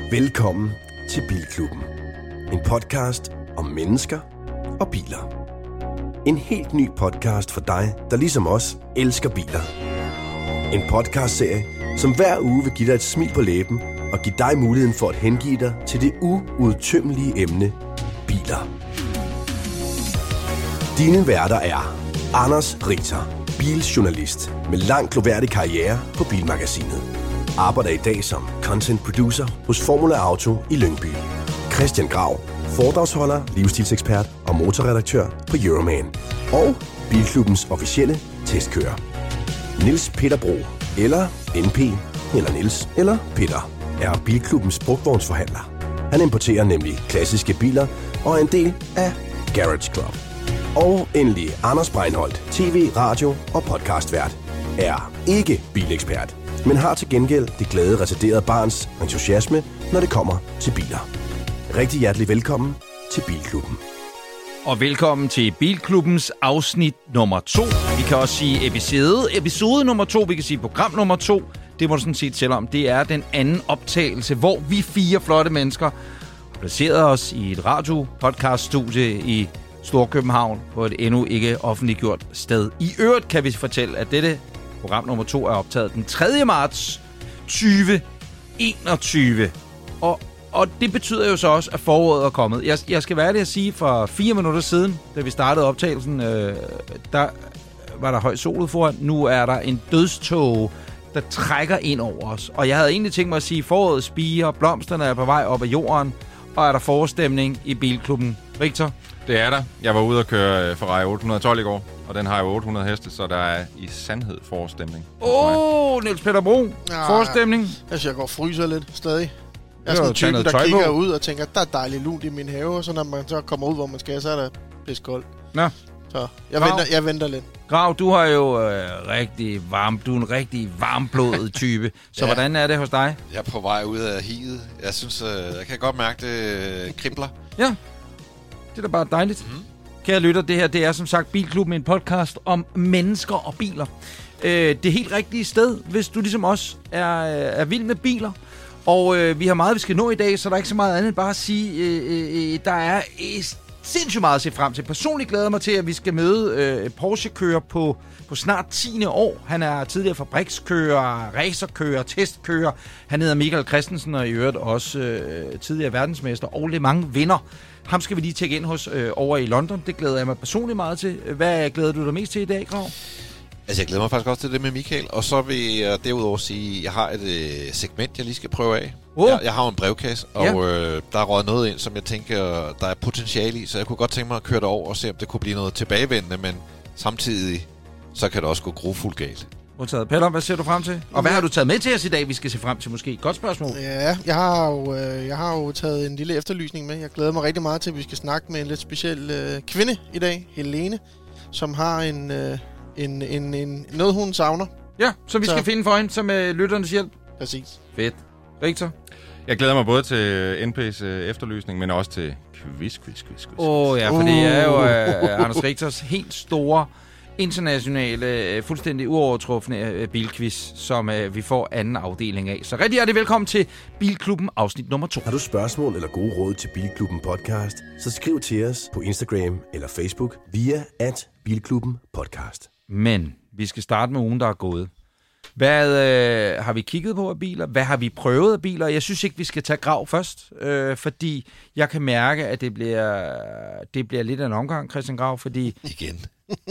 Velkommen til Bilklubben. En podcast om mennesker og biler. En helt ny podcast for dig, der ligesom os elsker biler. En podcastserie, som hver uge vil give dig et smil på læben og give dig muligheden for at hengive dig til det uudtømmelige emne biler. Dine værter er Anders Ritter, biljournalist med lang gloværdig karriere på Bilmagasinet. Arbejder i dag som content producer hos Formula Auto i Lyngby. Christian Grav, foredragsholder, livsstilsekspert og motorredaktør på Euroman. Og Bilklubbens officielle testkører. Niels Peter Bro, eller NP, eller Niels, eller Peter, er Bilklubbens brugtvognsforhandler. Han importerer nemlig klassiske biler og er en del af Garage Club. Og endelig Anders Breinholt, tv, radio og podcastvært, er ikke bilekspert, men har til gengæld det glade, retarderede barns entusiasme, når det kommer til biler. Rigtig hjertelig velkommen til Bilklubben. Og velkommen til Bilklubbens afsnit nummer 2. Vi kan også sige episode nummer 2, vi kan sige program nummer 2. Det må du sådan set selv om. Det er den anden optagelse, hvor vi 4 flotte mennesker har placeret os i et radio-podcast-studie i Storkøbenhavn på et endnu ikke offentliggjort sted. I øvrigt kan vi fortælle, at dette program nummer 2 er optaget den 3. marts 2021. Og det betyder jo så også, at foråret er kommet. Jeg skal være ærlig at sige, for 4 minutter siden, da vi startede optagelsen, der var der høj sol foran. Nu er der en dødståge, der trækker ind over os. Og jeg havde egentlig tænkt mig at sige, at foråret spiger, blomsterne er på vej op af jorden, og er der forestemning i Bilklubben. Victor? Det er der. Jeg var ude og køre Ferrari 812 i går, og den har jo 800 heste, så der er i sandhed forestemning. Niels Peter Bro. Forestemning. Jeg går og fryser lidt stadig. Jeg er sådan en typen, der kigger ud og tænker, der er dejligt lunt i min have, og så når man så kommer ud, hvor man skal, så er der piskoldt. Ja. Så jeg venter lidt. Grav, du har jo rigtig varm. Du er en rigtig varmblodet type. Så hvordan er det hos dig? Jeg er på vej ud af higet. Jeg synes, jeg kan godt mærke, det krimpler. Ja, det er da bare dejligt. Kære lytter, det her det er som sagt Bilklubben, en podcast om mennesker og biler. Det helt rigtige sted, hvis du ligesom os er vild med biler. Og vi har meget, vi skal nå i dag, så der er ikke så meget andet end bare at sige, der er sindssygt meget at se frem til. Personligt glæder mig til, at vi skal møde Porsche-kører på snart 10. år. Han er tidligere fabrikskører, racerkører, testkører. Han hedder Michael Christensen, og i øvrigt også tidligere verdensmester og Le Mans vinder. Ham skal vi lige tjekke ind hos over i London. Det glæder jeg mig personligt meget til. Hvad glæder du dig mest til i dag, Grav? Altså, jeg glæder mig faktisk også til det med Michael. Og så vil jeg derudover sige, at jeg har et segment, jeg lige skal prøve af. Jeg har jo en brevkasse, og der er røget noget ind, som jeg tænker, der er potentiale i. Så jeg kunne godt tænke mig at køre det over og se, om det kunne blive noget tilbagevendende. Men samtidig, så kan det også gå grufuldt galt. Modtaget. Peter, hvad ser du frem til? Og hvad har du taget med til os i dag, vi skal se frem til måske? Godt spørgsmål. Ja, jeg har jo taget en lille efterlysning med. Jeg glæder mig rigtig meget til, at vi skal snakke med en lidt speciel kvinde i dag, Helene, som har noget, hun savner. Ja, som vi skal finde for hende, som lytternes hjælp. Præcis. Fedt. Victor? Jeg glæder mig både til NP's efterlysning, men også til quiz. Ja, for det er jo Anders Richters helt store, internationale, fuldstændig uovertrufne bilquiz, som vi får anden afdeling af. Så rigtig hjertelig velkommen til Bilklubben afsnit nummer 2. Har du spørgsmål eller gode råd til Bilklubben podcast, så skriv til os på Instagram eller Facebook via @Bilklubben podcast. Men vi skal starte med ugen, der er gået. Hvad har vi kigget på af biler? Hvad har vi prøvet af biler? Jeg synes ikke, vi skal tage Grav først, fordi jeg kan mærke, at det bliver lidt af en omgang, Christian Grav, fordi... Igen.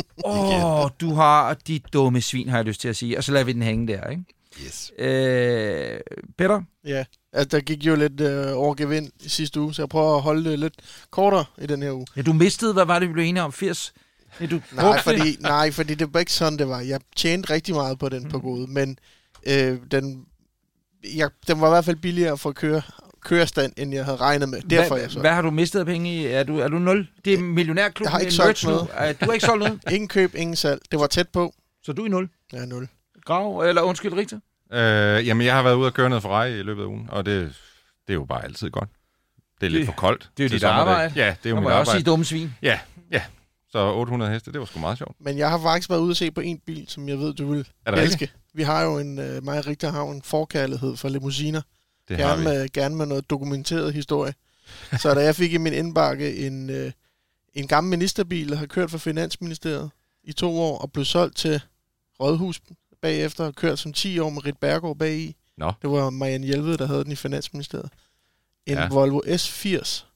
Du har de dumme svin, har jeg lyst til at sige. Og så lader vi den hænge der, ikke? Yes. Peter? Ja, altså der gik jo lidt overgevind i sidste uge, så jeg prøver at holde det lidt kortere i den her uge. Ja, du mistede, hvad var det, vi blev enige om? 80? Ja, Nej, fordi det var ikke sådan, det var. Jeg tjente rigtig meget på den på gode, men den var i hvert fald billigere for kørestand, end jeg havde regnet med. Hvad har du mistet af penge i? Er du 0? Det er millionærklubben. Jeg har ikke solgt noget. Du har ikke solgt noget? Ingen køb, ingen salg. Det var tæt på. Så du er i 0? Jeg er 0. Grav, eller undskyld, Richter? Jamen, jeg har været ude og køre noget Ferrari i løbet af ugen, og det er jo bare altid godt. Det er lidt for koldt. Det er jo dit arbejde. Ja, det er jo mit arbejde. også sige dumme svin. Ja. Så 800 heste, det var sgu meget sjovt. Men jeg har faktisk været ude at se på en bil, som jeg ved, du vil elske. Vi har jo mig og Richter har en forkærlighed for limousiner. Gerne med noget dokumenteret historie. Så da jeg fik i min indbakke en gammel ministerbil, der har kørt for Finansministeriet i 2 år, og blev solgt til Rådhus bagefter, og kørt som 10 år med Ritt Bjerregaard bagi. Nå. Det var Marianne Jelved, der havde den i Finansministeriet. En Volvo S80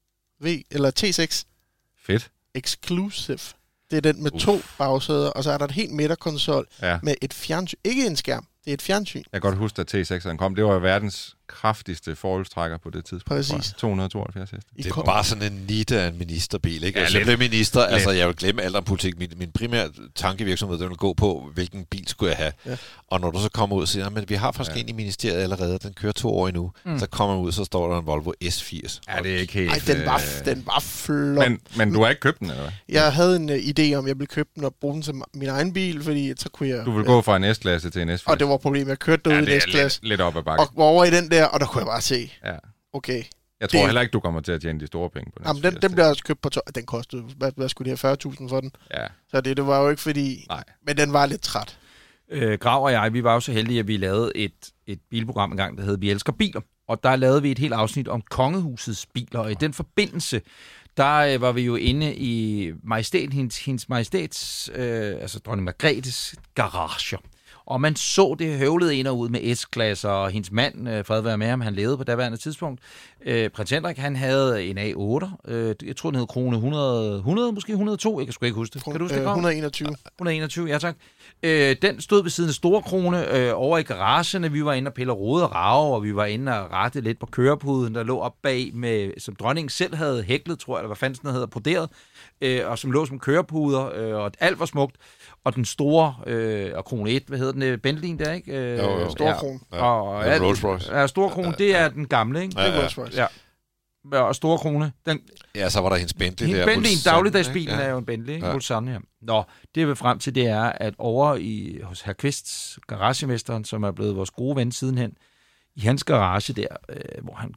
eller T6. Fedt. Exclusive. Det er den med 2 bagsæder, og så er der et helt midterkonsol med et fjernsyn. Ikke en skærm, det er et fjernsyn. Jeg kan godt huske, at T6'eren kom. Det var verdens kraftigste forholdstrækker på det tidspunkt. Præcis. 272 heste. Det er bare sådan en nitte af en ministerbil, ikke? Altså, jeg blev minister, altså jeg vil glemme alt om politik. Min primære tankevirksomhed, den vil gå på, hvilken bil skulle jeg have. Ja. Og når du så kommer ud og siger, men vi har faktisk en i ministeriet allerede, den kører 2 år endnu. Så kommer man ud, så står der en Volvo S80. Ja, det er ikke helt... Ej, den var flot. Men du har ikke købt den, eller hvad? Jeg havde en idé om, jeg ville købe den og bruge den som min egen bil, fordi så kunne jeg... Du vil gå fra en S-klasse til en S80. Og det var problemet, jeg kørte derud i en S-klasse. Lidt op ad bakken. Og var over i den der, og der kunne jeg bare se. Ja. Okay. Jeg tror heller ikke, du kommer til at tjene de store penge på den. Jamen, den bliver også købt på den kostede, hvad skulle det have, 40.000 for den? Ja. Så det var jo ikke fordi... Nej. Men den var lidt træt. Grav og jeg, vi var jo så heldige, at vi lavede et bilprogram engang, der hed Vi Elsker Biler. Og der lavede vi et helt afsnit om kongehusets biler, og i den forbindelse, der var vi jo inde i hendes majestæts, altså dronning Margrethes garager. Og man så det høvlede ind og ud med S-klasser, og hendes mand, fred være med ham, han levede på daværende tidspunkt. Prins Henrik, han havde en A8. Jeg tror, den hed Krone 100, måske 102. Jeg kan sgu ikke huske det. Kan du huske det, 121. 121, ja tak. Den stod ved siden af Store Krone over i garagerne. Vi var inde og pille rode og rave, og vi var inde og rette lidt på kørepuden, der lå op bag, som dronningen selv havde hæklet, tror jeg, eller hvad fanden den hedder, broderet, og som lå som kørepuder, og alt var smukt. Og den store, og Krone 1, hvad hedder den? Bentley'en der, ikke? Jo. Store Krone. Ja, Rolls Royce. Ja, Store Krone, det er den gamle, ikke? Ja. Det er Rolls Royce. Ja, og Store Krone. Ja, så var der hendes Bentley der. Bentley, dagligdagsbilen er jo en Bentley, ikke? Mulsanne, ja. Nå, det jeg vil frem til, det er, at over hos herr Kvists, garagemesteren, som er blevet vores gode ven sidenhen, i hans garage der, hvor han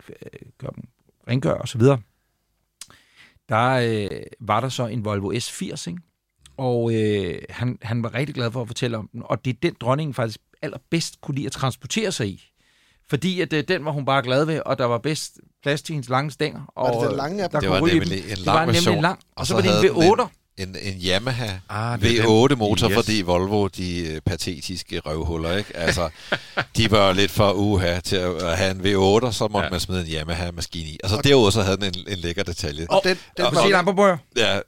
rengør og så videre, der var der så en Volvo S80, ikke? Og han var rigtig glad for at fortælle om den, og det er den, dronningen faktisk allerbedst kunne lide at transportere sig i. Fordi at den var hun bare glad ved, og der var bedst plads til hendes lange stænger. Og var det den lange af dem? Det var nemlig en lang version. Og så var det en V8'er. En Yamaha V8-motor, fordi Volvo, de patetiske røvhuller, ikke? Altså, de var lidt for til at have en V8, så måtte man smide en Yamaha-maskine i. Altså, derudover så havde den en lækker detalje. Og den var...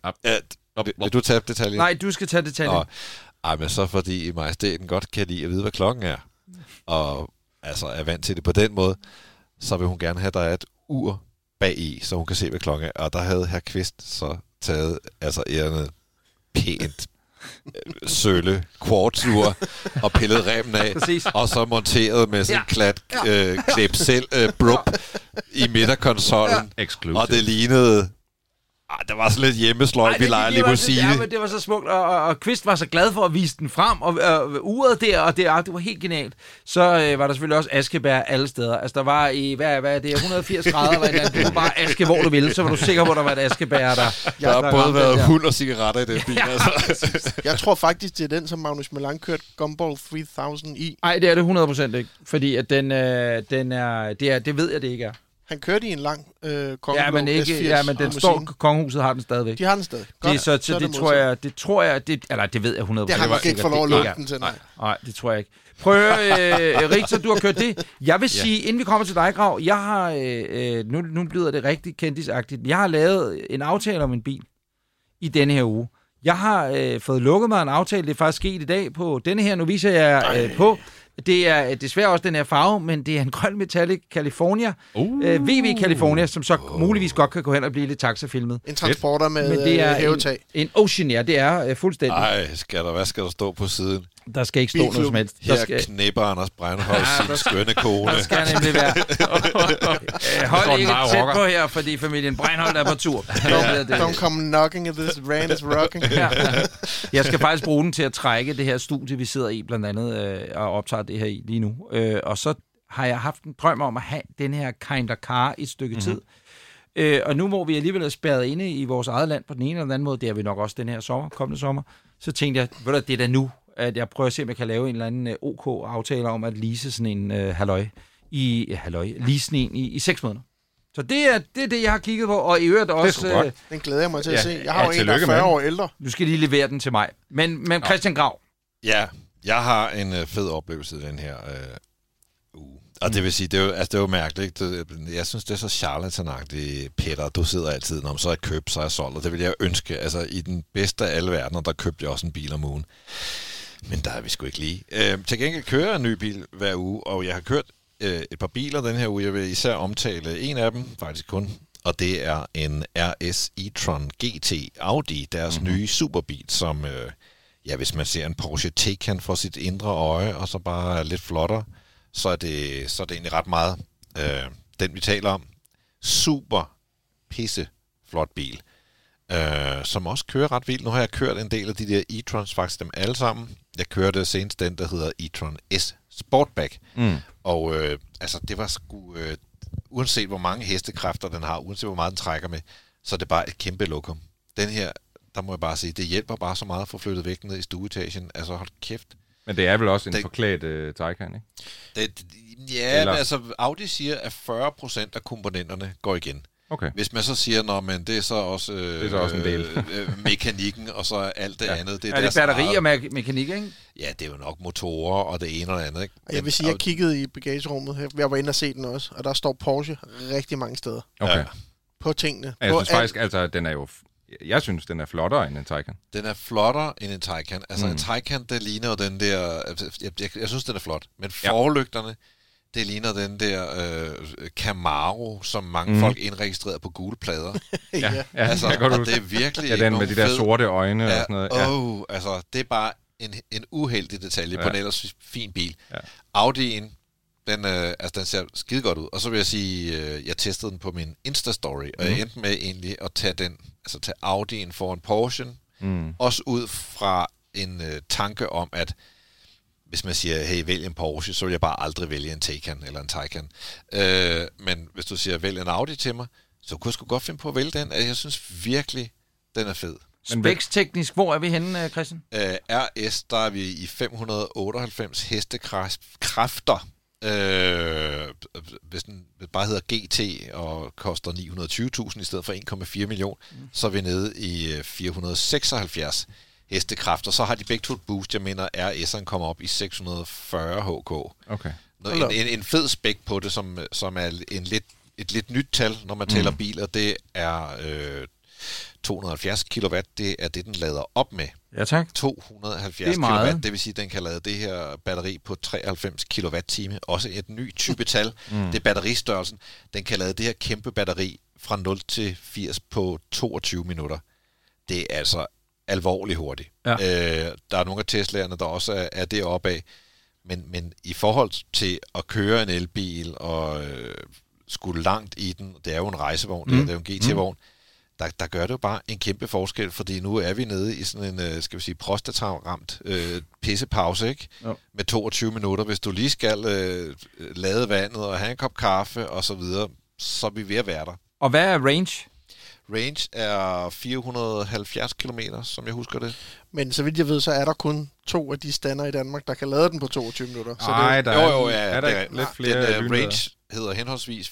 Vil du tage detaljen? Nej, du skal tage detaljen. Men så fordi majestæten godt kan lide at vide, hvad klokken er, og altså er vant til det på den måde, så vil hun gerne have, at der er et ur bagi, så hun kan se, hvad klokken er. Og der havde herr Kvist så taget ærende pænt sølle kvartsur og pillet remmen af, og så monteret med sådan en klat klip selv brup i midterkonsollen, og det lignede... det var sådan lidt hjemmesløj, vi leger limousine. Ja, men det var så smukt, og Kvist var så glad for at vise den frem, og uret der, og det var helt genialt. Så var der selvfølgelig også askebær alle steder. Altså, der var i, hvad er det, 180 grader, du kunne bare aske, hvor du ville, så var du sikker på, at der var et askebær der. Der har både været hund og cigaretter i den bil. Altså. Jeg tror faktisk, det er den, som Magnus Milan kørte Gumball 3000 i. Nej, det er det 100% ikke, fordi at den er, det ved jeg, det ikke er. Han kørte i en lang kongeblå S80. Ja, men den står, kongehuset har den stadigvæk. De har den stadig. Det tror jeg, eller det ved jeg 100%. Det har man ikke fået lov at lukke den til. Nej, det tror jeg ikke. Prøv, Richter, du har kørt det. Jeg vil sige, inden vi kommer til dig, Grav, jeg har, nu bliver det rigtig kendisagtigt, jeg har lavet en aftale om en bil i denne her uge. Jeg har fået lukket mig en aftale, det er faktisk sket i dag på denne her, nu viser jeg på. Det er desværre også den her farve, men det er en grøn metallic California. VW California, som så muligvis godt kan gå hen og blive lidt taxafilmet. En transporter med hævetag. En Ocean, ja, det er fuldstændig. Hvad skal der stå på siden? Der skal ikke stå noget som helst. Her knæpper Anders Breinholt sin skønne kone. Der skal nemlig være. Hold ikke tæt på her, fordi familien Breinholt er på tur. Don't come knocking at this rain is rocking. Jeg skal faktisk bruge den til at trække det her studie, vi sidder i, blandt andet, og optager det her i lige nu. Og så har jeg haft en drøm om at have den her kind of car i et stykke tid. Og nu hvor vi alligevel er spærret inde i vores eget land på den ene eller den anden måde, det er vi nok også den her kommende sommer, så tænkte jeg, det er da nu, at jeg prøver at se, om jeg kan lave en eller anden OK-aftale om at lease sådan en halløj leasning i 6 måneder. Så det er det, jeg har kigget på, og i øvrigt også... Den glæder jeg mig til at se. Jeg har jo en, der er 40 år ældre. Du skal lige levere den til mig. Men Christian Grav. Ja, jeg har en fed oplevelse i den her uge. Og det vil sige, det er jo mærkeligt. Jeg synes, det er så charlatanagtigt, Peter. Du sidder altid, når så er købt, så er solgt. Og det vil jeg ønske. Altså, i den bedste af alle verdener, der købte jeg også en bil om ugen. Men der er vi sgu ikke lige. Til gengæld kører jeg en ny bil hver uge, og jeg har kørt et par biler den her uge. Jeg vil især omtale en af dem, faktisk kun. Og det er en RS e-tron GT Audi, deres nye superbil, som, hvis man ser en Porsche Taycan for sit indre øje, og så bare lidt flottere, så er det egentlig ret meget den, vi taler om. Super pisse flot bil, som også kører ret vildt. Nu har jeg kørt en del af de der e-trons, faktisk dem alle sammen. Jeg kørte senest den, der hedder e-tron S Sportback. Og det var sgu... uanset hvor mange hestekræfter den har, uanset hvor meget den trækker med, så er det bare et kæmpe lokum. Den her, der må jeg bare sige, det hjælper bare så meget at få flyttet væk ned i stueetagen. Altså hold kæft. Men det er vel også en forklædt Taycan, ikke? Men altså Audi siger, at 40% af komponenterne går igen. Okay. Hvis man så siger, men det er så også, en del. mekanikken, og så alt det andet. Det er batteri og mekanik, ikke? Ja, det er jo nok motorer og det ene og det andet, ikke? Og jeg vil sige, jeg kiggede i bagagerummet. Jeg var inde og se den også, og der står Porsche rigtig mange steder. Okay. På tingene. Jeg synes faktisk, den er jo... Jeg synes, den er flottere end en Taycan. Den er flottere end en Taycan. Altså en Taycan, det ligner jo den der... Jeg synes, den er flot. Men forlygterne, det ligner den der Camaro, som mange folk indregistrerede på gule plader. Ja, altså, og det er virkelig... den med de der sorte øjne og sådan noget. Altså, det er bare en uheldig detalje på en ellers fin bil. Ja. Audi'en, den ser skide godt ud. Og så vil jeg sige, jeg testede den på min Insta-story, og jeg endte med egentlig at tage Audi'en for en Porsche. Også ud fra en tanke om, at hvis man siger, hey, vælg en Porsche, så vil jeg bare aldrig vælge en Taycan eller en Taycan. Men hvis du siger, vælg en Audi til mig, så kunne jeg sgu godt finde på at vælge den. Jeg synes virkelig, den er fed. Specs-teknisk, hvor er vi henne, Christian? RS, der er vi i 598 hestekræfter. Hvis den bare hedder GT og koster 920.000 i stedet for 1,4 million, så er vi nede i 476 hestekræfter. Så har de begge to et boost. Jeg mener, RS'eren kommer op i 640 HK. Okay. En fed spæk på det, som er et lidt nyt tal, når man tæller biler, det er 270 kW. Det er det, den lader op med. Ja, tak. 270 kW, det vil sige, at den kan lade det her batteri på 93 kWh. Også et ny type tal. Det er batteristørrelsen. Den kan lade det her kæmpe batteri fra 0 til 80 på 22 minutter. Det er altså alvorligt hurtigt. Ja. Der er nogle af Teslaerne, der også er deroppe af. Men i forhold til at køre en elbil og skulle langt i den, det er jo en rejsevogn, det er jo en GT-vogn, der gør det jo bare en kæmpe forskel, fordi nu er vi nede i sådan en, skal vi sige, prostata-ramt pissepause, ikke? Jo. Med 22 minutter. Hvis du lige skal lade vandet og have en kop kaffe og så videre, så er vi ved at være der. Og hvad er range? Range er 470 km, som jeg husker det. Men så vidt jeg ved, så er der kun 2 af de stander i Danmark, der kan lade den på 22 minutter. Nej, der er der lidt flere. Den range hedder henholdsvis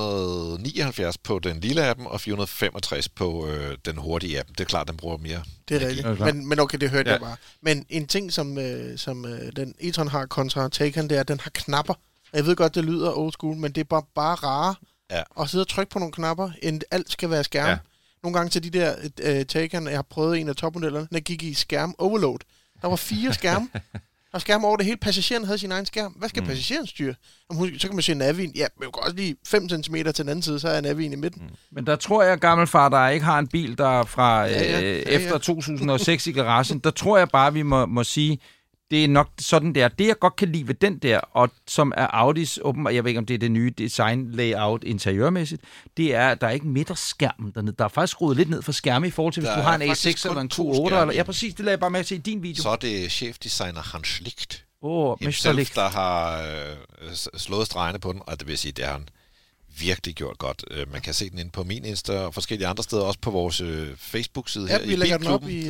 479 på den lille appen, og 465 på den hurtige appen. Det er klart, den bruger mere. Det er rigtigt. Men okay, det hørte jeg bare. Men en ting, som den e-tron har kontra Taycan, det er, at den har knapper. Jeg ved godt, det lyder old school, men det er bare rare at sidde og trykke på nogle knapper, end alt skal være skærm. Ja. Nogle gange til de der Taycan, jeg har prøvet en af topmodellerne, der gik i skærm overload. Der var 4 skærme. Der var skærm over det hele. Passageren havde sin egen skærm. Hvad skal passageren styre? Så kan man se navien. Ja, men jo også lige 5 cm til den anden side, så er navien i midten. Men der tror jeg, gammelfar, der ikke har en bil, der fra efter 2006 i garagen, der tror jeg bare, vi må sige, det er nok sådan der. Det, jeg godt kan lide ved den der, og som er Audis åbenbart, jeg ved ikke, om det er det nye design layout interiørmæssigt, det er, at der er ikke midterskærmen dernede. Der er faktisk skruet lidt ned for skærme i forhold til, hvis du har en A6 eller en Q8. Eller, ja, præcis. Det lagde jeg bare med til i din video. Så er det chefdesigner Hans Licht. Mr. Licht. Der har slået stregene på den, og det vil sige, det har han virkelig gjort godt. Man kan se den inde på min Insta og forskellige andre steder, også på vores Facebook-side her vi lægger den op i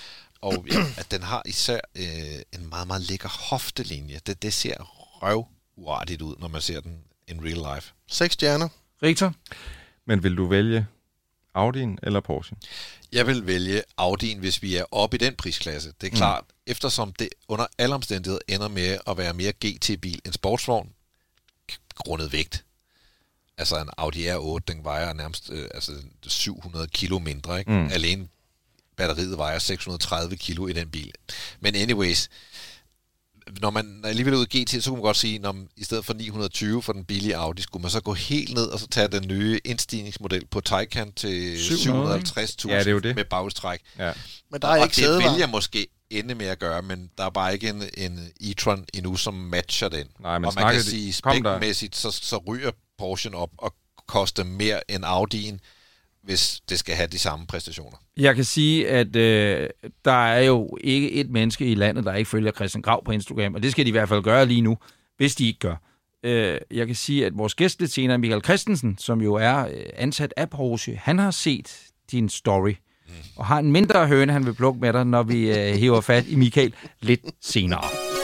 og at den har især en meget, meget lækker hoftelinje. Det ser uartigt ud, når man ser den in real life. 6 stjerner. Richter? Men vil du vælge Audi'en eller Porsche? Jeg vil vælge Audi'en, hvis vi er oppe i den prisklasse. Det er klart, eftersom det under alle omstændigheder ender med at være mere GT-bil end sportsvogn, grundet vægt. Altså en Audi R8, den vejer nærmest 700 kilo mindre. Ikke? Alene batteriet vejer 630 kilo i den bil. Men anyways, når man alligevel er ude i GT, så kunne man godt sige, at i stedet for 920 for den billige Audi, skulle man så gå helt ned og så tage den nye indstigningsmodel på Taycan til 750.000 med bagstræk. Ja. Men der er ikke sædevarer. Det vil jeg måske ende med at gøre, men der er bare ikke en e-tron endnu, som matcher den. Nej, men og man kan sige, spækmæssigt, så ryger Porsche'en op og koster mere end Audi'en, hvis det skal have de samme præstationer. Jeg kan sige, at der er jo ikke et menneske i landet, der ikke følger Christian Grau på Instagram, og det skal de i hvert fald gøre lige nu, hvis de ikke gør. Jeg kan sige, at vores gæst lidt senere, Michael Christensen, som jo er ansat af Porsche, han har set din story, og har en mindre høne, han vil plukke med dig, når vi hæver fat i Michael lidt senere.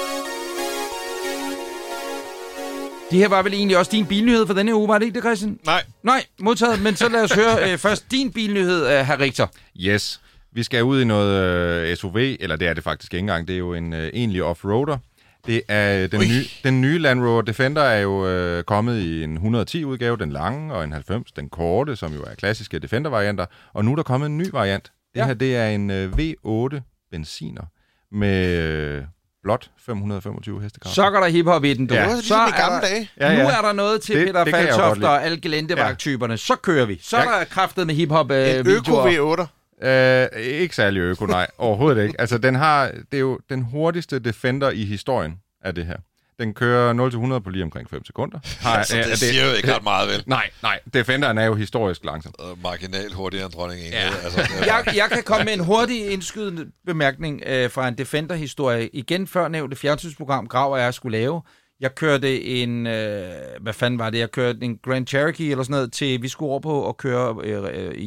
Det her var vel egentlig også din bilnyhed for denne uge, var det ikke det, Christian? Nej, modtaget. Men så lad os høre først din bilnyhed, hr. Richter. Yes. Vi skal ud i noget SUV, eller det er det faktisk ikke engang. Det er jo en egentlig offroader. Det er den nye Land Rover Defender er jo kommet i en 110-udgave, den lange, og en 90, den korte, som jo er klassiske Defender-varianter. Og nu er der kommet en ny variant. Det her, det er en V8 benziner med... blot 525 hestekrafter. Så går der hiphop i den, du. Ja. Så er gamle dage. Nu er der noget til Peter Faltoft og alle gelendevagttyperne. Så kører vi. Så er der kraftet med hiphop en øko V8. Ikke særlig øko, nej. Overhovedet ikke. Altså, det er jo den hurtigste Defender i historien af det her. Den kører 0-100 på lige omkring 5 sekunder. Det siger jo ikke ret meget, vel? Nej. Defenderen er jo historisk langsom. Marginalt hurtigere end dronning 1. Ja. Jeg kan komme med en hurtig indskydende bemærkning fra en Defender-historie. Igen før nævnte fjernsynsprogram, Grav og jeg skulle lave. Jeg kørte en... hvad fanden var det? Jeg kørte en Grand Cherokee eller sådan noget til... Vi skulle over på at køre i...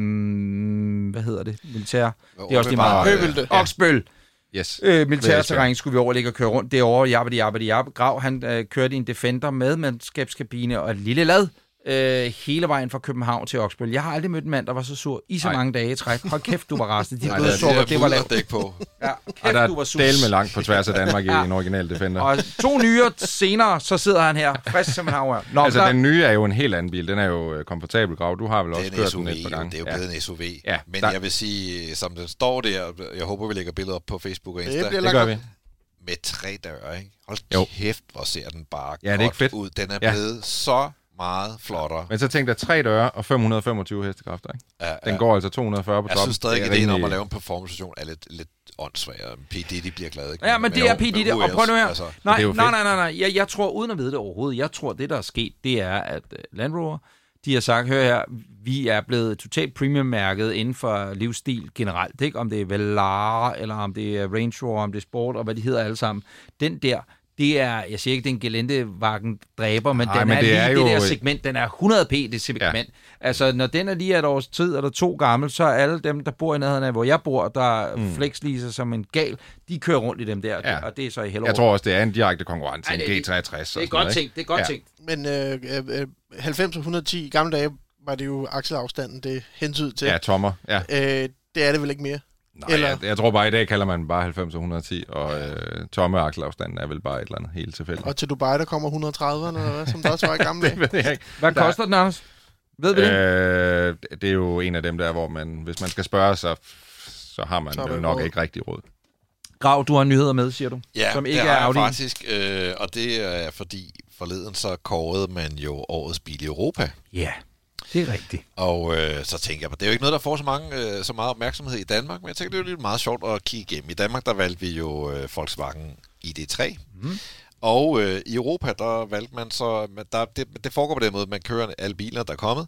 hvad hedder det? Militær. Det er også lige meget. Oksbøl. Yes. Militærterræn skulle vi overlægge og køre rundt derovre. Jabbedi. Grav, han kørte i en Defender med mandskabskabine og et lille lad hele vejen fra København til Oksbøl. Jeg har aldrig mødt en mand, der var så sur i så mange dage i træk. Hold kæft, du var rastet. Det var lavt. Dæk på. Ja, kæft, du var sur. Der er med langt på tværs af Danmark i en original Defender. Og 2 nyere senere, så sidder han her, frisk som en havre. Altså, den nye er jo en helt anden bil. Den er jo komfortabel, Grav. Du har vel også kørt den et par gange. Det er jo blevet en SUV. Ja, men jeg vil sige, som den står der, jeg håber, vi lægger billeder op på Facebook og Insta. Det gør vi. Med 3 døre, ikke? Hold kæft, hvor ser den bare godt fedt ud. Den er blevet så meget flottere. Men så tænk dig 3 døre og 525 hestekræfter, ikke? Ja. Den går altså 240 på toppen. Jeg synes stadig, at ideen om at lave en performance-station er lidt åndssvagere. P. Diddy bliver glad, ikke? Ja, men det er P. Diddy. Og prøv nu her. Altså, nej. Jeg tror, uden at vide det overhovedet, jeg tror, det der er sket, det er, at Land Rover, de har sagt, hør her, vi er blevet totalt premium-mærket inden for livsstil generelt, ikke? Om det er Velara, eller om det er Range Rover, om det er Sport, og hvad de hedder alle sammen. Den der, det er, jeg siger ikke, den Geländewagen dræber, men den er lige det der segment, den er 100p det segment. Ja. Altså, når den er lige et års tid, eller 2 gammel, så er alle dem, der bor i nærheden af, hvor jeg bor, der flexleaser som en gal, de kører rundt i dem der, og det er så i Hellerup. Jeg tror også, det er en direkte konkurrent til en G63. Det er godt tænkt, det er godt tænkt. Men 90 og 110 i gamle dage var det jo akselafstanden, det hensyn til. Ja, tommer. Ja. Det er det vel ikke mere? Nej, eller? Jeg tror bare, i dag kalder man bare 90 og 110, og tomme akselafstanden er vel bare et eller andet helt tilfældigt. Og til Dubai, der kommer 130'erne, eller hvad, som der også var i gamle dage. Det ved jeg ikke. Hvad koster den, Anders? Ved vi det? Det er jo en af dem der, hvor man, hvis man skal spørge, så har man jo nok ikke rigtig råd. Grav, du har nyheder med, siger du? Ja, som ikke det er har jeg faktisk, og det er fordi forleden så kårede man jo årets bil i Europa. Ja, det er rigtigt. Og så tænker jeg på, det er jo ikke noget, der får så meget opmærksomhed i Danmark, men jeg tænker, det er jo lidt meget sjovt at kigge igennem. I Danmark, der valgte vi jo Volkswagen ID3. Og i Europa, der valgte man så, det foregår på den måde, at man kører alle biler, der er kommet.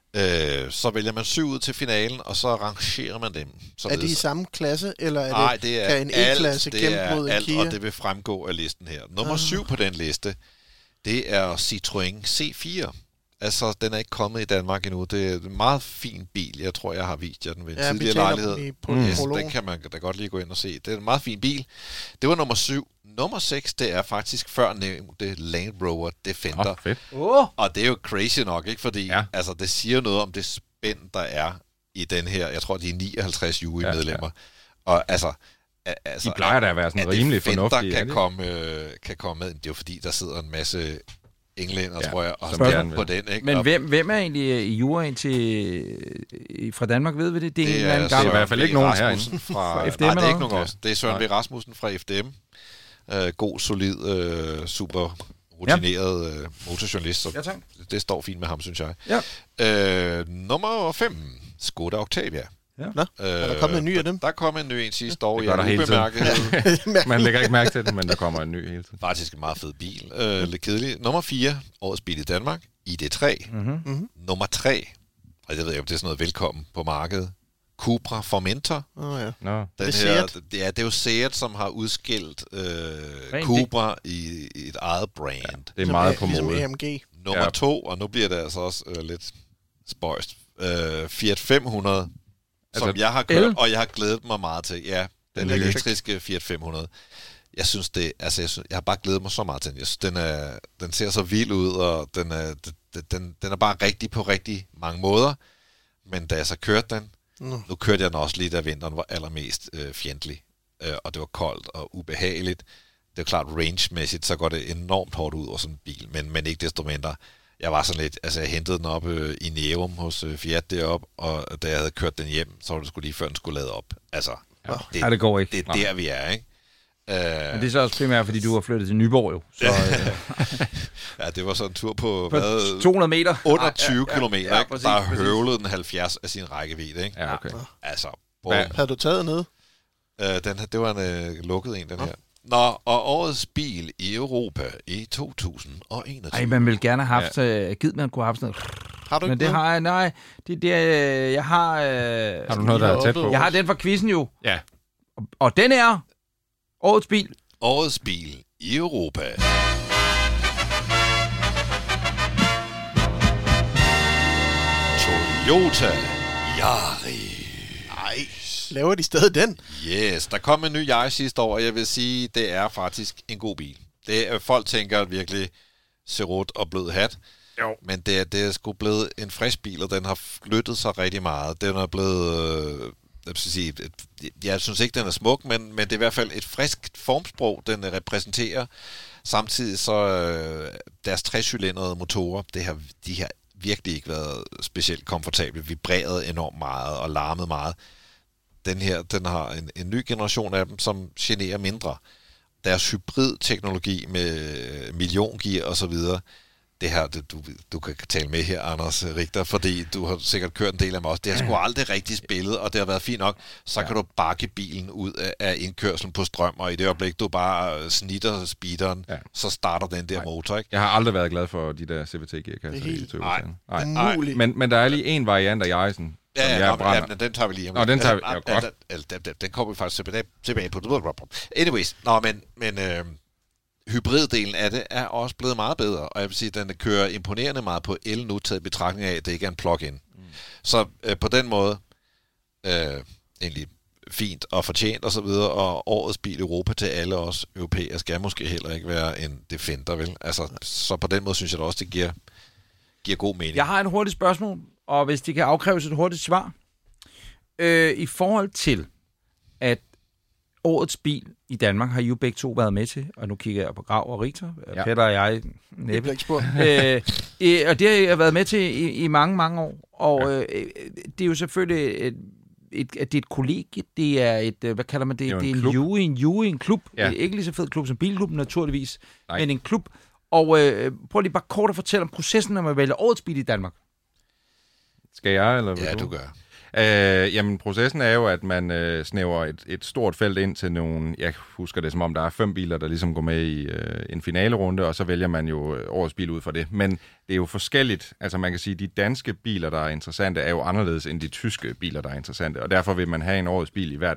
Så vælger man 7 ud til finalen, og så rangerer man dem. Er de i samme klasse, eller er kan en E-klasse kæmpe mod en Kia? Og det vil fremgå af listen her. Nummer 7 på den liste, det er Citroën C4. Altså, den er ikke kommet i Danmark endnu. Det er en meget fin bil. Jeg tror, jeg har vist jer den ved en tidligere lejlighed. Den kan man da godt lige gå ind og se. Det er en meget fin bil. Det var nummer 7. Nummer 6, det er faktisk før nævnte Land Rover Defender. Fedt. Og det er jo crazy nok, ikke? Fordi altså, det siger noget om det spænd, der er i den her, jeg tror, de er 59 jury-medlemmer. Ja. Og altså, de plejer da at være sådan rimelig fornuftige. Kan komme med. Det er jo fordi, der sidder en masse englænder, tror jeg, og spørger på den. Ikke? Men hvem er egentlig i juryen fra Danmark, ved vi det? Det er en eller anden gang. Det er i hvert fald ikke nogen herinde. Fra FDM, nej, det er ikke nogen også. Det er Søren B. Rasmussen fra FDM. God, solid, super rutineret motorjournalist. Så det står fint med ham, synes jeg. Ja. Nummer 5. Skoda Octavia. Ja. Er der kommet en ny af dem? Der kom en ny en sidste år. Det gør der hele tiden. Man lægger ikke mærke til det, men der kommer en ny hele tiden. Faktisk en meget fed bil. Lidt kedelig. Nummer 4. Årets bil i Danmark. ID3. Mm-hmm. Nummer 3. Og jeg ved ikke, om det er sådan noget velkommen på markedet. Cupra Formentor. Det er jo Seat, som har udskilt Cupra i et eget brand. Ja, det er meget på mode. Ligesom AMG. Nummer 2, og nu bliver det altså også lidt spøjst. Fiat 500, som jeg har kørt, og jeg har glædet mig meget til. Ja, den elektriske Fiat 500. Jeg synes det, altså jeg har bare glædet mig så meget til den. Jeg synes, den ser så vild ud, og den er bare rigtig på rigtig mange måder. Men da jeg så kørte den, nu kørte jeg den også lige, da vinteren var allermest fjendtlig, og det var koldt og ubehageligt. Det er klart, range-mæssigt, så går det enormt hårdt ud over sådan en bil, men ikke desto mindre. Jeg var sådan lidt, altså jeg hentede den op i Nærum hos Fiat deroppe, og da jeg havde kørt den hjem, så var det sgu lige før den skulle lade op. Altså, det går ikke. Det er der, vi er, ikke? Men det er så også primært, fordi du har flyttet til Nyborg, jo. Så, ja, det var så en tur på 200 meter. Under 20 kilometer, ikke? Præcis, der høvlede den 70 af sin rækkevidde, ikke? Ja, okay. Altså, havde du taget ned? Det var en lukket en, den her. Nå, og årets bil i Europa i 2021. Ej, man ville gerne have haft, givet man kunne have haft sådan noget. Har du ikke men det har jeg, nej. Jeg har... har du noget, der er tæt på? Jeg har den fra quizzen jo. Ja. Og den er årets bil. Årets bil i Europa. Toyota Yaris. Ej, laver de stadig den? Yes, der kom en ny Yaris sidste år, og jeg vil sige, det er faktisk en god bil. Folk tænker virkelig ser rødt og blød hat. Jo. Men det er sgu blevet en frisk bil, og den har flyttet sig rigtig meget. Den er blevet... jeg synes ikke, den er smuk, men det er i hvert fald et frisk formsprog, den repræsenterer. Samtidig så deres 3-cylindrede motorer, de har virkelig ikke været specielt komfortable, vibreret enormt meget og larmet meget. Den har en ny generation af dem, som generer mindre. Deres hybridteknologi med milliongear og så videre, det her, du kan tale med her, Anders Richter, fordi du har sikkert kørt en del af mig også. Det har sgu aldrig rigtig spillet, og det har været fint nok. Så kan du bakke bilen ud af indkørslen på strøm, og i det øjeblik, du bare snitter speederen, så starter den der motor, ikke? Jeg har aldrig været glad for de der CVT-gearkasser i Toyota. Nej. Men der er lige en variant af Yarisen, den tager vi lige. Den tager vi, godt. Den kommer vi faktisk tilbage på. Anyways, men hybriddelen af det er også blevet meget bedre, og jeg vil sige, at den kører imponerende meget på el nu, taget betragtning af, at det ikke er en plug-in. Så på den måde, egentlig fint og fortjent og så videre, og årets bil i Europa til alle os europæere skal måske heller ikke være en Defender, vel? Altså, så på den måde synes jeg da også, det giver god mening. Jeg har en hurtigt spørgsmål, og hvis de kan afkræves et hurtigt svar. I forhold til, at årets bil i Danmark har I jo begge to været med til, og nu kigger jeg på Grav og Richter, Peter og jeg næppe. Og det har jeg været med til i mange, mange år, og det er jo selvfølgelig det er et kollegie, det er et, hvad kalder man det? Det er en klub. Ja. Ikke lige så fed klub som Bilklubben, naturligvis, men en klub. Og prøv lige bare kort at fortælle om processen, når man vælger årets bil i Danmark. Skal jeg, eller hvad? Ja, du gør. Jamen, processen er jo, at man snæver et stort felt ind til nogle... Jeg husker det, som om der er 5 biler, der ligesom går med i en finalerunde, og så vælger man jo årets bil ud fra det. Men det er jo forskelligt. Altså, man kan sige, at de danske biler, der er interessante, er jo anderledes end de tyske biler, der er interessante. Og derfor vil man have en årets bil i hvert land,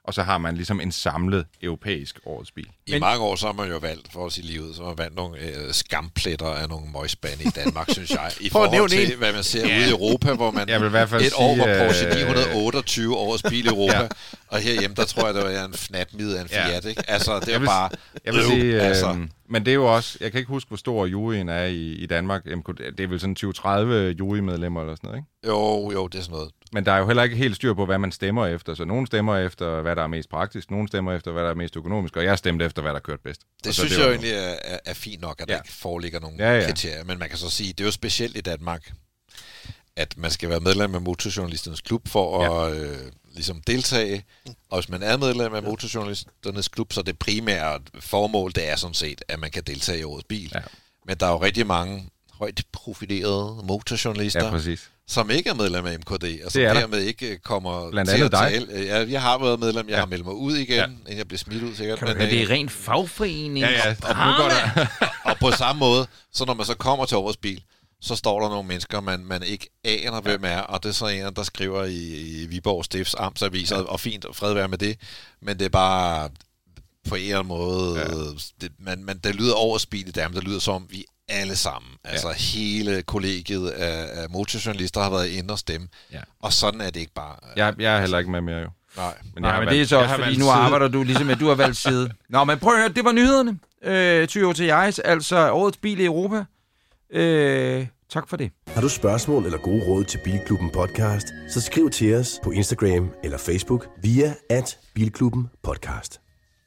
og så har man ligesom en samlet europæisk årets bil. I mange år så har man jo valgt, for at sige livet, så har man valgt nogle skampletter af nogle møgspande i Danmark, synes jeg. I forhold til, hvad man ser ude i Europa, hvor man et år var Porsche 928 årets bil i Europa, og herhjemme, der tror jeg, der var en fnatmid af en Fiat, ikke? Altså, det er bare... Jeg vil sige, men det er jo også... Jeg kan ikke huske, hvor stor juryen er i Danmark. Det er vel sådan 20-30 jurymedlemmer eller sådan noget, ikke? Jo, det er sådan noget. Men der er jo heller ikke helt styr på, hvad man stemmer efter. Så nogen stemmer efter, hvad der er mest praktisk, nogen stemmer efter, hvad der er mest økonomisk, og jeg stemte efter, hvad der kørt bedst. Det synes jeg jo egentlig er fint nok, at der ikke foreligger nogen kriterier. Men man kan så sige, det er jo specielt i Danmark, at man skal være medlem af Motorjournalisternes Klub for at ligesom deltage. Og hvis man er medlem af Motorjournalisternes Klub, så det primære formål, det er sådan set, at man kan deltage i årets bil. Ja. Men der er jo rigtig mange højt profilerede motorjournalister, som ikke er medlem af MKD, og som dermed ikke kommer blandt til at tale. Jeg har været medlem, jeg har meldt mig ud igen, inden jeg blev smidt ud sikkert. Men det er rent fagforening. Og på samme måde, så når man så kommer til årets bil, så står der nogle mennesker, man ikke aner, hvem er, og det er så en, der skriver i Viborg Stifts Amtsavis, og fint, og fred være med det, men det er bare på en eller anden måde, det lyder årets bil i Danmark, det lyder som, vi alle sammen, altså hele kollegiet af motorjournalister har været inde og stemme, og sådan er det ikke bare. Jeg er heller ikke med mere jo. Nej, men det er så også, fordi nu arbejder du ligesom, at du har valgt side. Nå, men prøv at høre, det var nyhederne. Toyota Yaris, altså årets bil i Europa. Tak for det. Har du spørgsmål eller gode råd til Bilklubben Podcast, så skriv til os på Instagram eller Facebook via @Bilklubben Podcast.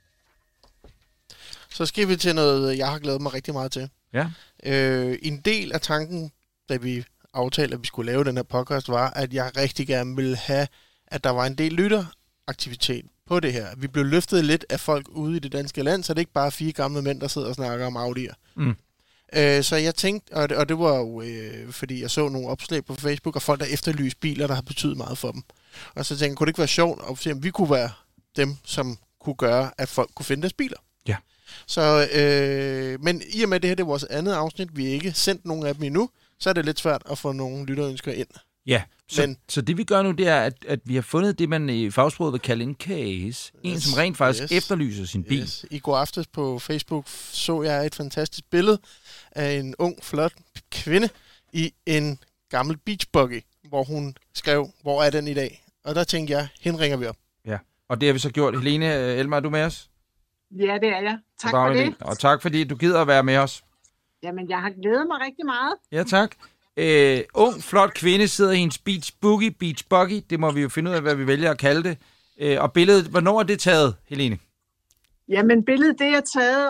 Så skal vi til noget, jeg har glædet mig rigtig meget til. Ja. En del af tanken, da vi aftalte, at vi skulle lave den her podcast, var, at jeg rigtig gerne ville have, at der var en del lytteraktivitet på det her. Vi blev løftet lidt af folk ude i det danske land, så det er ikke bare 4 gamle mænd, der sidder og snakker om Audi'er. Mm. Så jeg tænkte, og det var jo, fordi jeg så nogle opslag på Facebook, og folk, der efterlyste biler, der har betydet meget for dem. Og så tænkte jeg, kunne det ikke være sjovt at se, om vi kunne være dem, som kunne gøre, at folk kunne finde deres biler? Ja. Så, men i og med det her, det er vores andet afsnit, vi har ikke sendt nogen af dem endnu, så er det lidt svært at få nogle lytterønsker ind. Ja, så det vi gør nu, det er, at vi har fundet det, man i fagsproget vil kalde en case. En, som rent faktisk efterlyser sin bil. I går aftes på Facebook så jeg et fantastisk billede af en ung, flot kvinde i en gammel beachbuggy, hvor hun skrev, hvor er den i dag? Og der tænkte jeg, hende ringer vi op. Ja, og det har vi så gjort. Helene Elmer, er du med os? Ja, det er jeg. Tak for det. Og tak fordi du gider at være med os. Jamen, jeg har glædet mig rigtig meget. Ja, tak. Ung, flot kvinde sidder i hendes beach buggy. Det må vi jo finde ud af, hvad vi vælger at kalde det. Og billedet, hvornår er det taget, Helene? Jamen, billedet, det er taget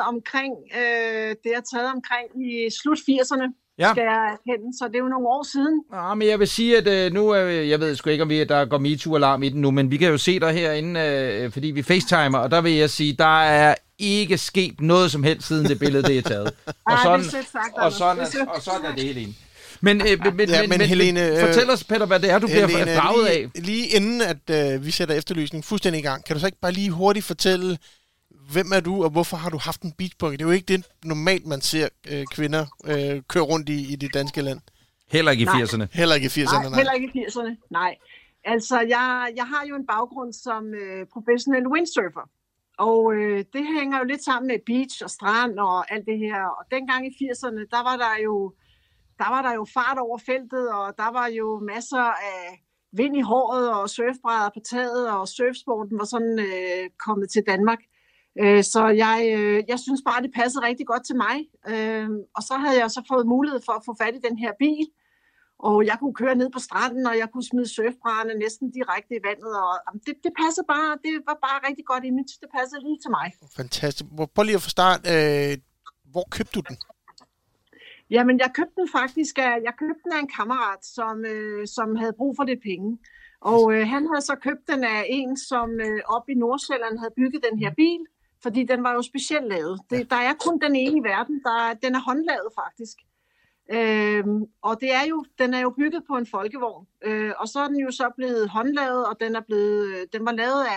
omkring i slut 80'erne. Ja. Skal jeg kende, så det er jo nogle år siden. Men jeg vil sige, at nu jeg ved sgu ikke, om der går MeToo-alarm i den nu, men vi kan jo se dig herinde, fordi vi facetimer, og der vil jeg sige, der er ikke sket noget som helst, siden det billede, det er taget. Og sådan er det, Helene. Men Helene, fortæl os, Peter, hvad det er, du bliver draget af. Lige inden, at vi sætter efterlysningen fuldstændig i gang, kan du så ikke bare lige hurtigt fortælle, hvem er du, og hvorfor har du haft en beachbuggy? Det er jo ikke det normalt, man ser kvinder køre rundt i det danske land. Heller ikke i 80'erne. Heller ikke i 80'erne, nej. Heller ikke i 80'erne, nej. Altså, jeg har jo en baggrund som professionel windsurfer. Og det hænger jo lidt sammen med beach og strand og alt det her. Og dengang i 80'erne, der var der jo fart over feltet, og der var jo masser af vind i håret og surfbrædder på taget, og surfsporten var sådan kommet til Danmark. Så jeg synes bare, det passede rigtig godt til mig. Og så havde jeg så fået mulighed for at få fat i den her bil. Og jeg kunne køre ned på stranden, og jeg kunne smide surfbrædderne næsten direkte i vandet. Og det passede bare, det var bare rigtig godt image. Det passede lige til mig. Fantastisk. Prøv lige at få start. Hvor købte du den? Jamen, jeg købte den af en kammerat, som havde brug for det penge. Og han havde så købt den af en, som oppe i Nordsjælland havde bygget den her bil. Fordi den var jo specielt lavet. Der er kun den ene i verden. Den er håndlavet faktisk. Og den er jo bygget på en folkevogn. Og så er den jo så blevet håndlavet, og den var lavet af,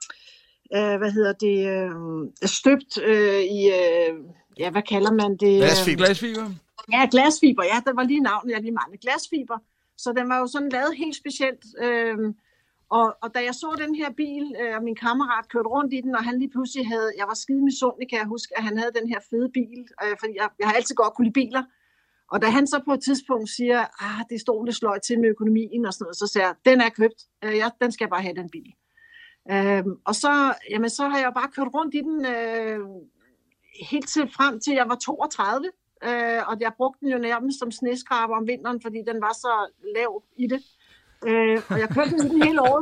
støbt i, hvad kalder man det? Glasfiber. Ja, glasfiber. Ja, det var lige navnet, jeg lige mangede. Glasfiber. Så den var jo sådan lavet helt specielt. Og da jeg så den her bil, og min kammerat kørte rundt i den, og han lige pludselig jeg var skide misundelig, kan jeg huske, at han havde den her fede bil, fordi jeg har altid godt kunne lide biler. Og da han så på et tidspunkt siger, det står lidt sløjt til med økonomien og sådan noget, så siger jeg, den er købt, den skal jeg bare have, den bil. Og så har jeg bare kørt rundt i den helt til frem til jeg var 32, og jeg brugte den jo nærmest som sneskraber om vinteren, fordi den var så lav i det. Og jeg kørte den hele året.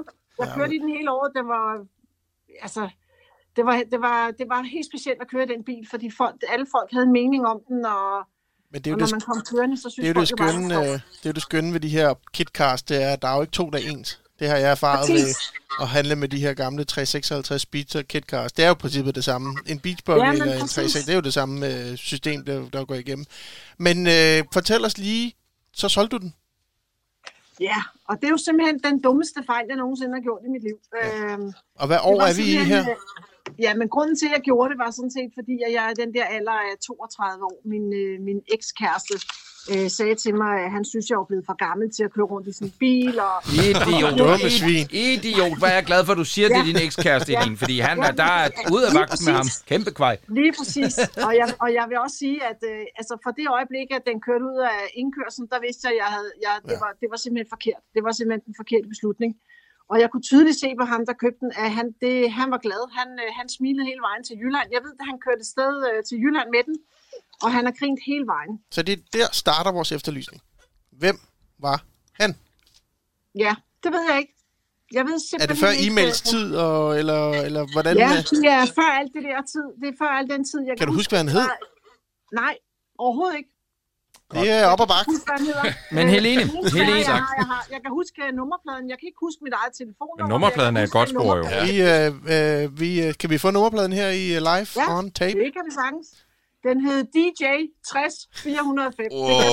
Det var helt specielt at køre den bil, fordi alle folk havde en mening om den, men det er jo når man kom kørende, så synes folk, det er jo det skønne ved de her kitcars, det er, at der er jo ikke to, der er ens. Det har jeg erfaret ved at handle med de her gamle 356 Speedster kitcars. Det er jo i princippet det samme. En Beachbuggy eller en 356, det er jo det samme system, der går igennem. Men fortæl os lige, så solgte du den? Ja, og det er jo simpelthen den dummeste fejl, jeg nogensinde har gjort i mit liv. Ja. Og hvad år er vi i her? Ja, men grunden til, at jeg gjorde det, var sådan set, fordi jeg er den der alder af 32 år. Min ekskæreste sagde til mig, at han synes, jeg var blevet for gammel til at køre rundt i sin bil. Og Idiot, hvor er jeg glad for, at du siger, det er din ekskæreste, Eline, fordi han der er ud af vagten med ham. Kæmpe kvej. Lige præcis. Og jeg vil også sige, at for det øjeblik, at den kørte ud af indkørslen, der vidste jeg, at det var simpelthen forkert. Det var simpelthen den forkerte beslutning. Og jeg kunne tydeligt se på ham, der købte den, at han var glad. Han smilede hele vejen til Jylland. Jeg ved, at han kørte sted til Jylland med den, og han har grint hele vejen. Så det der starter vores efterlysning. Hvem var han? Ja, det ved jeg ikke. Jeg ved simpelthen er det før e-mails tid, eller hvordan? Ja, det er før alt det der tid. Det er før al den tid, jeg kan du huske, hvad han hed? Nej, overhovedet ikke. Det er op ad bakke. Men Helene. Jeg kan huske nummerpladen. Jeg kan ikke huske mit eget telefonnummer. Men nummerpladen er et godt spor, jo. Ja. Kan vi få nummerpladen her i live on tape? Det kan vi sagtens. Den hed DJ 60-405.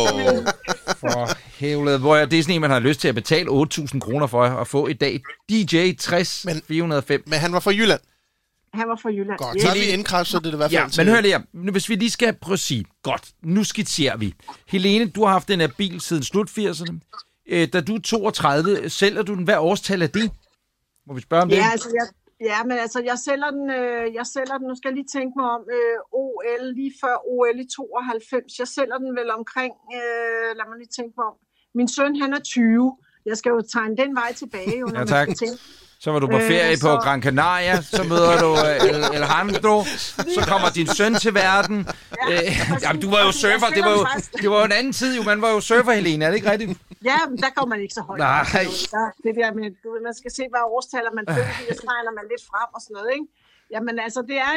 For hævlet. Det er sådan en, man har lyst til at betale 8.000 kroner for at få i dag. DJ 60-405. Men han var fra Jylland? Han var fra Jylland. Godt, så har vi indkræftet det i hvert fald. Ja, men hør lige, hvis vi lige skal prøve at sige, godt, nu skitserer vi. Helene, du har haft den her bil siden slut 80'erne. Da du er 32, sælger du den? Hvad årstal er det? Må vi spørge om det? Altså, jeg sælger den, nu skal jeg lige tænke mig om, OL, lige før OL i 92. Jeg sælger den vel omkring, lad mig lige tænke mig om. Min søn, han er 20. Jeg skal jo tegne den vej tilbage. Jo, ja, tak. Så var du på ferie på Gran Canaria, så møder du Alejandro, så kommer din søn til verden. Jamen, du var jo surfer, det var jo en anden tid, jo. Man var jo surfer, Helene, er det ikke rigtigt? Ja, men der kommer man ikke så højt. Nej. Det der med, man skal se, hvad årstal man følger i, og så regner man lidt frem og sådan noget, ikke? Jamen altså, det er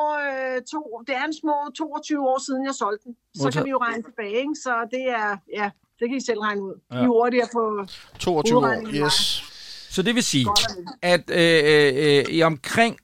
en små 22 år siden, jeg solgte den. Så kan vi jo regne tilbage, ikke? Så det er, det kan I selv regne ud. De er hurtigere på 22 år, yes. Så det vil sige, at i omkring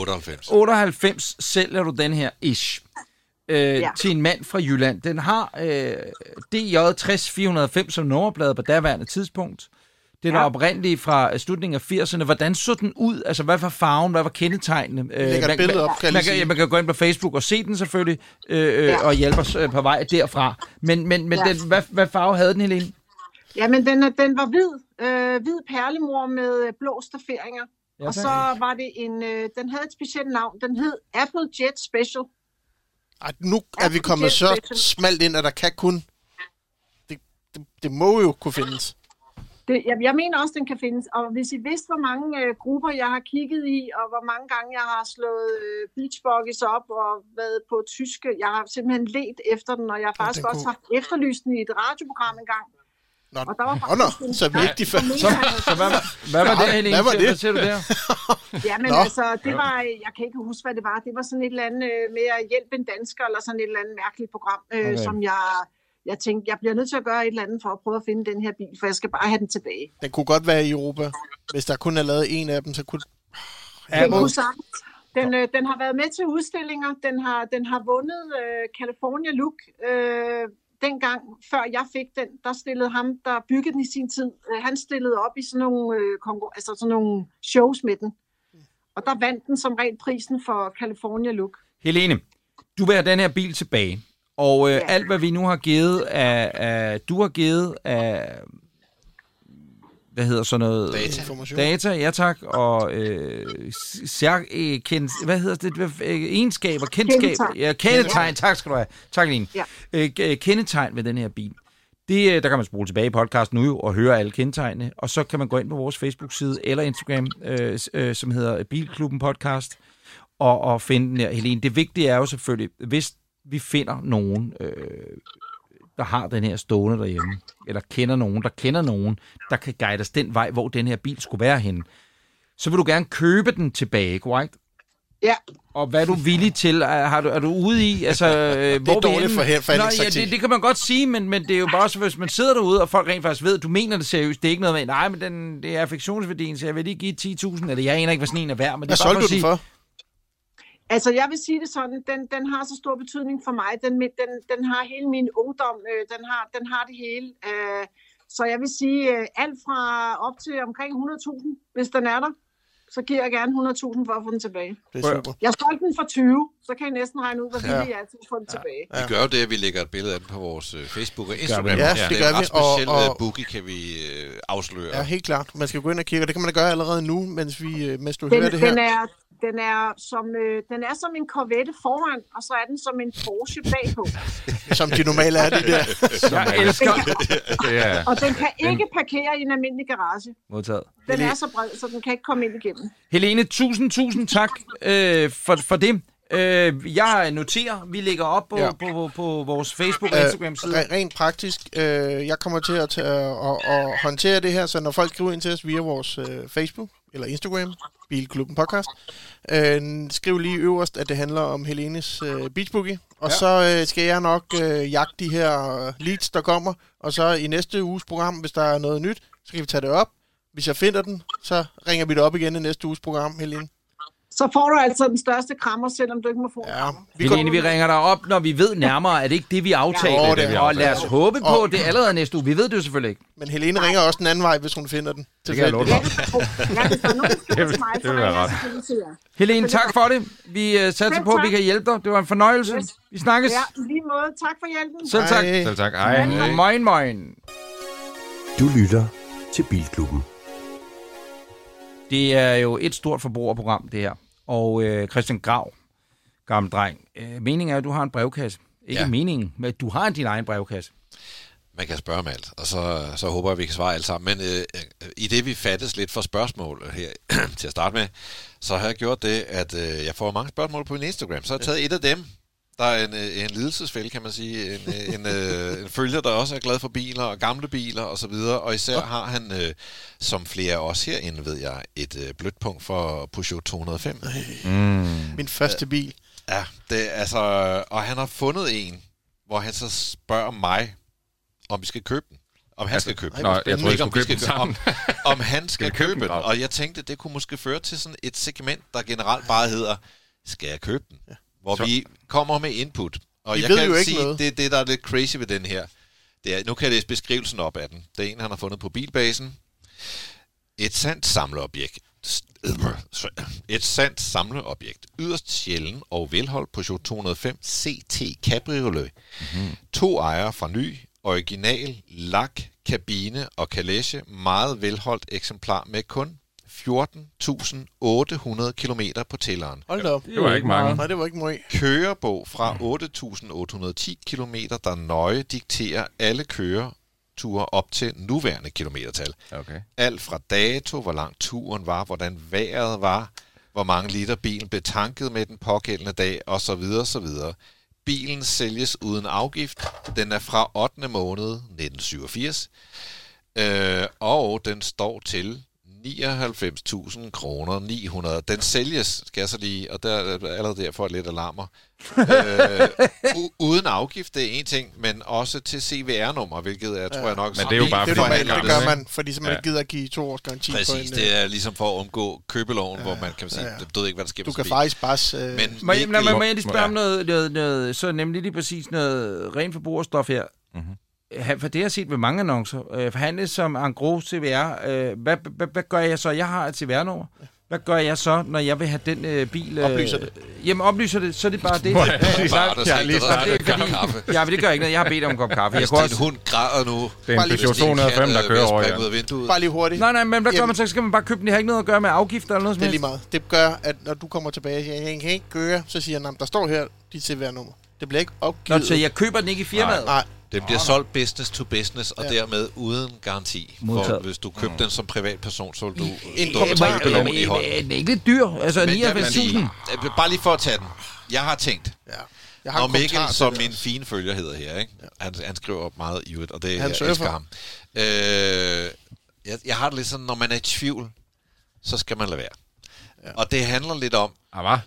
98 sælger du den her ish til en mand fra Jylland. Den har DJ 60-405 som nummerplade på daværende tidspunkt. Den er oprindelig fra slutningen af 80'erne. Hvordan så den ud? Altså, hvad var farven? Hvad var kendetegnene? Lægger et billede op, kan jeg sige. Man kan gå ind på Facebook og se den selvfølgelig, og hjælpe os på vej derfra. Men hvad farve havde den, Helene? Jamen, den var hvid. Hvid perlemor med blå stafferinger. Og så var det den havde et specielt navn. Den hed Apple Jet Special. Nu er vi kommet så smalt ind, at der kan kun... Det må jo kunne findes. Jeg mener også, den kan findes. Og hvis I vidste, hvor mange grupper jeg har kigget i, og hvor mange gange jeg har slået beachbuggies op og været på tyske. Jeg har simpelthen ledt efter den, og jeg har faktisk også haft efterlyst den i et radioprogram engang. Og der var så vigtigt for... Så hvad var det, Helene? Hvad siger du der? Jamen altså, det var... Jeg kan ikke huske, hvad det var. Det var sådan et eller andet med at hjælpe en dansker, eller sådan et eller andet mærkeligt program, som jeg tænkte, jeg bliver nødt til at gøre et eller andet for at prøve at finde den her bil, for jeg skal bare have den tilbage. Den kunne godt være i Europa. Hvis der kun er lavet en af dem, så kunne... Den kunne sagtens. Den har været med til udstillinger. Den har vundet California Look. Dengang, før jeg fik den, der stillede ham, der byggede den i sin tid, han stillede op i sådan nogle shows med den. Og der vandt den som rent prisen for California Look. Helene, du vil have den her bil tilbage. Og alt, hvad vi nu har givet du har givet af hvad hedder sådan noget? Data, ja tak, og hvad hedder det? Egenskaber, kendskaber, ja, kendetegn, tak skal du have. Tak, Line. Ja. Kendetegn ved den her bil. Der kan man spole tilbage i podcasten nu og høre alle kendetegnene, og så kan man gå ind på vores Facebook-side eller Instagram, som hedder Bilklubben Podcast, og finde den her. Helene, det vigtige er jo selvfølgelig, hvis vi finder nogen, der har den her stående derhjemme, eller kender nogen, der kan guide os den vej, hvor den her bil skulle være henne, så vil du gerne købe den tilbage, korrekt? Ja. Og hvad er du villig til? Er du ude i? Altså, det er dårligt for det kan man godt sige, men det er jo bare så, hvis man sidder derude, og folk rent faktisk ved, du mener det seriøst. Det er ikke noget med, nej, men det er affektionsværdien, så jeg vil lige give 10.000, eller jeg aner ikke, hvad sådan en er værd. Men hvad solgte du den for? Altså, jeg vil sige det sådan, den har så stor betydning for mig. Den har hele min ungdom, den har det hele. Så jeg vil sige, alt fra op til omkring 100.000, hvis den er der. Så giver jeg gerne 100.000 for at få den tilbage. Det er super. Jeg solgte den for 20, så kan I næsten regne ud, hvor vildt jeg altid får den tilbage. Vi gør jo det, at vi lægger et billede af den på vores Facebook og Instagram. Ja, det gør vi. Det er en ret speciel boogie, kan vi afsløre. Ja, helt klart. Man skal gå ind og kigge, og det kan man da gøre allerede nu, mens du hører det her. Den er som en Corvette foran, og så er den som en Porsche bagpå. Som de normale er, de der. Jeg elsker. Og den kan ikke parkere i en almindelig garage. Modtaget. Den er så bred, så den kan ikke komme ind igennem. Helene, tusind tak for det. Jeg noterer, vi lægger op på vores Facebook og Instagram-side. Rent praktisk, jeg kommer til at håndtere det her, så når folk skriver ind til os via vores Facebook eller Instagram, Bilklubben Podcast, skriv lige øverst, at det handler om Helenes Beach Boogie, og så skal jeg nok jagte de her leads, der kommer, og så i næste uges program, hvis der er noget nyt, så kan vi tage det op. Hvis jeg finder den, så ringer vi det op igen i næste uges program, Helene. Så får du altså den største krammer, selvom du ikke må få Helene, vi ringer dig op, når vi ved nærmere, at det ikke det, vi aftaler. Og lad os håbe på, det allerede næste uge. Vi ved det jo selvfølgelig ikke. Men Helene ringer også den anden vej, hvis hun finder den. Det kan jeg love dig. Det vil være ret. Helene, tak for det. Vi satser på, at vi kan hjælpe dig. Det var en fornøjelse. Vi snakkes. Ja, lige måde. Tak for hjælpen. Selv tak. Selv tak. Hej. Moin. Du lytter til Bilklubben. Det er jo et stort forbrugerprogram, det her. Og Christian Grav, gammel dreng, meningen er, at du har en brevkasse. Ikke meningen, men du har din egen brevkasse. Man kan spørge om alt, og så håber jeg, at vi kan svare alt sammen. Men i det, vi fattes lidt for spørgsmål her til at starte med, så har jeg gjort det, at jeg får mange spørgsmål på min Instagram. Så har jeg taget et af dem. Der er en lidelsesfælde, kan man sige. En følger, der også er glad for biler og gamle biler og så videre. Og især har han, som flere af os herinde, ved jeg, et blødt punkt for Peugeot 205. Min første bil. Ja, og han har fundet en, hvor han så spørger mig, om vi skal købe den. Om han skal købe den. Nå, jeg tror, vi skulle købe den om han skal købe den. Og jeg tænkte, det kunne måske føre til sådan et segment, der generelt bare hedder, skal jeg købe den? Ja. Hvor vi kommer med input. Og jeg kan sige, det der er lidt crazy ved den her, det er, nu kan jeg læse beskrivelsen op af den. Det er en, han har fundet på Bilbasen. Et sandt samleobjekt. Et sandt samleobjekt. Yderst sjælden og velholdt Peugeot 205 CT Cabriolet. 2 ejere fra ny, original, lak, kabine og kalesje. Meget velholdt eksemplar med kun 14.800 kilometer på tælleren. Hold da op. Det var ikke mange. Nej, det var ikke meget. Kørebog fra 8.810 kilometer, der nøje dikterer alle køreture op til nuværende kilometertal. Okay. Alt fra dato, hvor lang turen var, hvordan vejret var, hvor mange liter bilen blev tanket med den pågældende dag, osv. osv. Bilen sælges uden afgift. Den er fra 8. måned 1987. Og den står til 99.000 kroner 900. Den sælges, skal jeg så lige, og der er allerede der for lidt alarmer. Uden afgift, det er en ting, men også til CVR-nummer, hvilket er, tror jeg nok... Men det er jo bare, det gør man, fordi så man ikke gider at give 2 års garanti. Præcis, det er ligesom for at undgå købeloven, hvor man kan sige, du ved ikke, hvad der sker på. Du kan faktisk bare... Må jeg lige spørge om noget, så nemlig lige præcis noget rent forbrugerstof her. For det har jeg set ved mange annoncer. Forhandles som en gros CVR. Hvad gør jeg så? Jeg har et CVR-nummer. hvad gør jeg så, når jeg vil have den bil? Oplyser det. Jamen, oplyser det, så er det bare det. Ja, men det gør ikke noget. Jeg har bedt om en kop kaffe. Hvis din hund græder nu... Det er en Peugeot 205, der kører over, ja. Bare lige hurtigt. Nej, men hvad gør man så? Skal man bare købe den? Det har ikke noget at gøre med afgifter eller noget som helst. Det er lige meget. Det gør, at når du kommer tilbage og siger, jeg kan ikke køre, så siger han, der står her dit CVR-nummer. Det bliver ikke opgivet. Nå, så jeg køber den ikke i firmaet? Nej. Den bliver solgt business to business, og dermed uden garanti. For hvis du købte den som privatperson, så vil du stå i hånden. Den er ikke lidt dyr. Altså 99.000. Bare lige for at tage den. Jeg har tænkt, jeg har og Mikkel, som min fine følger hedder her, ikke? Han skriver meget ivrigt, og det jeg elsker ham. Jeg har det lidt sådan, når man er i tvivl, så skal man lade være. Ja. Og det handler lidt om... Nej,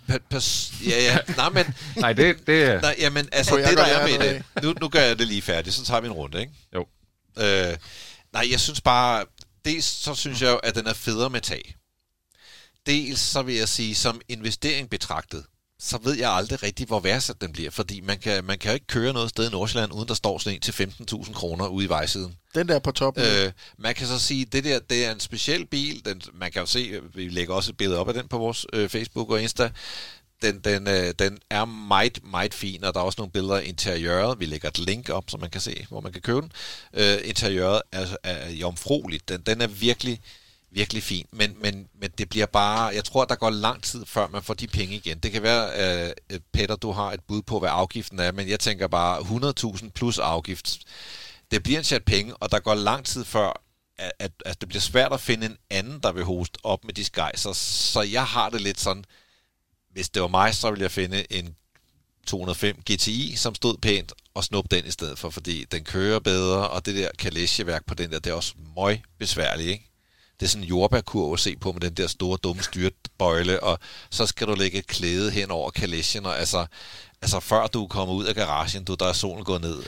jamen, altså, det der er med det... Nu gør jeg det lige færdigt, så tager vi en runde, ikke? Jo. Jeg synes bare... Dels så synes jeg jo, at den er federe med tag. Dels så vil jeg sige, som investering betragtet, så ved jeg aldrig rigtig, hvor værdsat den bliver. Fordi man kan jo ikke køre noget sted i Nordsjælland, uden der står sådan en til 15.000 kroner ude i vejsiden. Den der på toppen. Man kan så sige, det er en speciel bil. Man kan jo se, vi lægger også et billede op af den på vores Facebook og Insta. Den er meget, meget fin, og der er også nogle billeder af interiøret. Vi lægger et link op, så man kan se, hvor man kan købe den. Interiøret er jomfrueligt. Den er virkelig, virkelig fin. Men det bliver bare... Jeg tror, der går lang tid, før man får de penge igen. Det kan være, Peter, du har et bud på, hvad afgiften er, men jeg tænker bare 100.000 plus afgift. Det bliver en chat penge, og der går lang tid før, at det bliver svært at finde en anden, der vil hoste op med de skejser. Så jeg har det lidt sådan... Hvis det var mig, så ville jeg finde en 205 GTI, som stod pænt, og snuppe den i stedet for, fordi den kører bedre, og det der kalesjeværk på den der, det er også møg besværligt, ikke? Det er sådan en jordbærkurv at se på med den der store, dumme styrtbøjle, og så skal du lægge et klæde hen over kalesjen, og altså før du kommer ud af garagen, der er solen gået ned.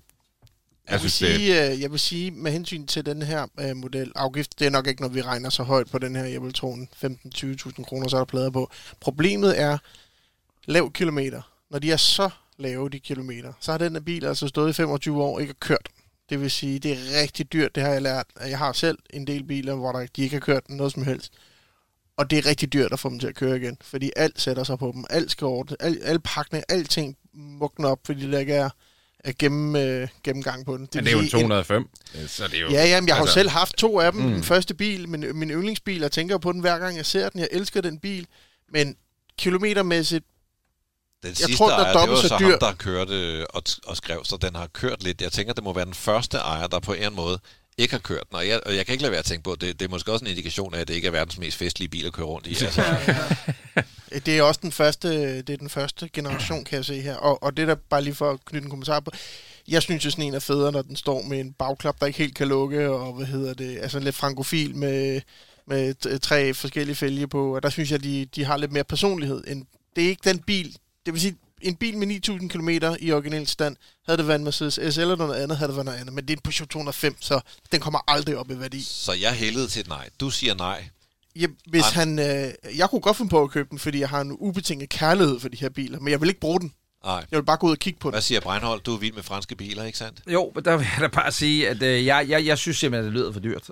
Jeg vil sige, med hensyn til den her model, afgift, det er nok ikke, når vi regner så højt på den her, jeg vil tro 15-20.000 kroner, så er der plader på. Problemet er lav kilometer. Når de er så lave, de kilometer, så har den her bil altså stået i 25 år og ikke har kørt. Det vil sige, det er rigtig dyrt, det har jeg lært. Jeg har selv en del biler, hvor de ikke har kørt noget som helst. Og det er rigtig dyrt at få dem til at køre igen, fordi alt sætter sig på dem. Alt skal ordne, alle pakninger, alting mugner op, fordi der ikke er gennemgang på den. Det er jo en 205. Så det er jo, men jeg har jo selv haft 2 af dem. Den første bil, min yndlingsbil, jeg tænker på den hver gang jeg ser den. Jeg elsker den bil, men kilometermæssigt, den sidste jeg tror, der er dobbelt så dyr. Ham, der kørte og skrev, så den har kørt lidt. Jeg tænker, det må være den første ejer, der på en måde ikke har kørt den. Og jeg kan ikke lade være at tænke på, det er måske også en indikation af, at det ikke er verdens mest festlige bil at køre rundt i. Altså. Det er også den første generation, kan jeg se her. Og det der bare lige for at knytte en kommentar på. Jeg synes jo sådan en er federe, når den står med en bagklap, der ikke helt kan lukke, og altså lidt frankofil med 3 forskellige fælge på. Og der synes jeg, de har lidt mere personlighed. Det er ikke den bil, det vil sige, en bil med 9.000 km i original stand, havde det været en Mercedes S eller noget andet, havde det været noget andet. Men det er en Peugeot 205, så den kommer aldrig op i værdi. Så jeg hældede til et nej. Du siger nej. Ja, hvis jeg kunne godt finde på at købe den, fordi jeg har en ubetinget kærlighed for de her biler, men jeg vil ikke bruge den. Nej. Jeg vil bare gå ud og kigge på den. Hvad siger Breinholt? Du er vild med franske biler, ikke sandt? Jo, der vil jeg da bare sige, at jeg synes simpelthen, at det lyder for dyrt.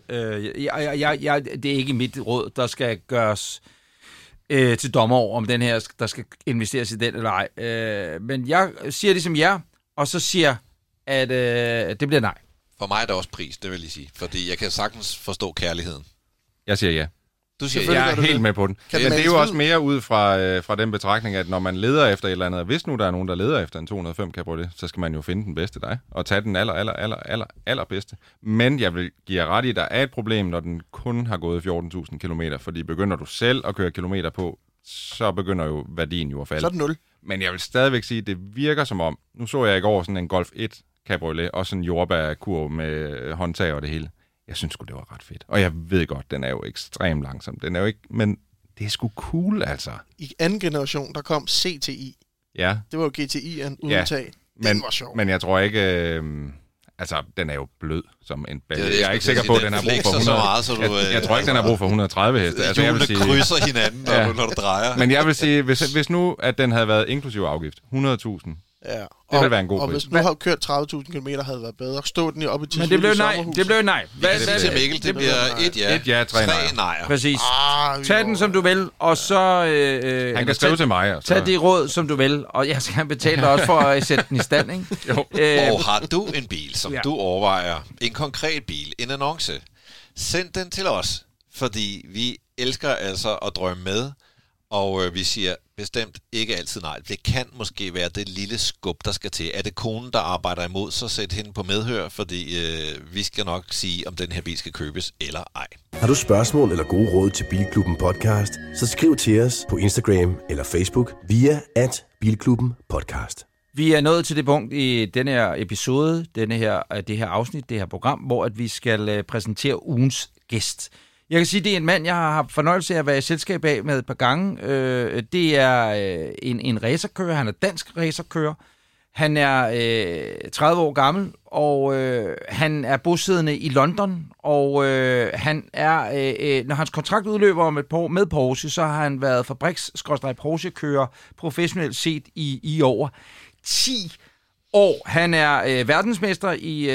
Det er ikke mit råd, der skal gøres til dommer over, om den her, der skal investeres i den eller ej. Men jeg siger ligesom ja, og så siger, at det bliver nej. For mig er det også pris, det vil jeg sige. Fordi jeg kan sagtens forstå kærligheden. Jeg siger ja. Du siger jeg er helt med på den. Det er jo også mere ud fra den betragtning, at når man leder efter et eller andet, hvis nu der er nogen, der leder efter en 205 Cabriolet, så skal man jo finde den bedste dig, og tage den allerbedste. Men jeg vil give jer ret i, at der er et problem, når den kun har gået 14.000 kilometer, fordi begynder du selv at køre kilometer på, så begynder jo værdien jo at falde. Så er det 0. Men jeg vil stadigvæk sige, at det virker som om, nu så jeg i går sådan en Golf 1 Cabriolet, og sådan en jordbærkurv med håndtag og det hele. Jeg synes sgu, det var ret fedt. Og jeg ved godt, den er jo ekstremt langsom. Den er jo ikke, men det er sgu cool, altså. I anden generation, der kom CTI. Ja. Det var jo GTI'en uden tag. Den var sjov. Men jeg tror ikke... altså, den er jo blød som en ball. Jeg er ikke sikker på, at den har brug for 100... Jeg tror ikke, den har brug for 130 heste. Altså, jeg vil sige, krydser hinanden, når du drejer. Men jeg vil sige, hvis nu, at den havde været inklusiv afgift, 100.000, Ja. Det vil være en god og pris. hvis nu har kørt 30.000 km, havde været bedre. Stå den op i Men det blev nej. Det blev nej. Hvad til Mikkel? Det bliver 1 ja, 3 nejer. Præcis. Tag den, som du vil, og så... Han kan skrive til mig. Altså. Tag det råd, som du vil, og jeg skal betale dig også for at sætte den i stand, ikke? Jo. Og har du en bil, som du overvejer, en konkret bil, en annonce, send den til os, fordi vi elsker altså at drømme med, og vi siger bestemt ikke altid nej. Det kan måske være det lille skub, der skal til. Er det konen, der arbejder imod, så sæt hende på medhør, fordi vi skal nok sige, om den her bil skal købes eller ej. Har du spørgsmål eller gode råd til Bilklubben Podcast, så skriv til os på Instagram eller Facebook via @Bilklubben Podcast. Vi er nået til det punkt i denne her episode, det her afsnit, det her program, hvor at vi skal præsentere ugens gæst. Jeg kan sige, det er en mand, jeg har haft fornøjelse af at være i selskab af med et par gange. Det er en racerkører, han er dansk racerkører. Han er 30 år gammel, og han er bosiddende i London, og han er, når hans kontrakt udløber med Porsche, så har han været fabriks-Porsche-kører professionelt set i over 10 år. Han er verdensmester i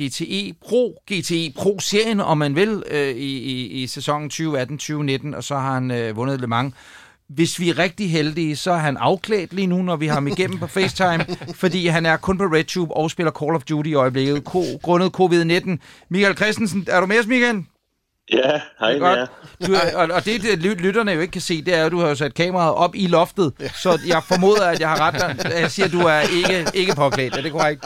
GTE Pro-serien, om man vil, i sæsonen 2018-2019, og så har han vundet Le Mans. Hvis vi er rigtig heldige, så er han afklædt lige nu, når vi har ham igennem på FaceTime, fordi han er kun på RedTube og spiller Call of Duty i øjeblikket, grundet covid-19. Michael Christensen, er du med os, Michael? Ja, hej med jer. Og det lytterne jo ikke kan se, det er, at du har sat kameraet op i loftet, så jeg formoder, at jeg har ret, når jeg siger, at du er ikke påklædt. Er det korrekt?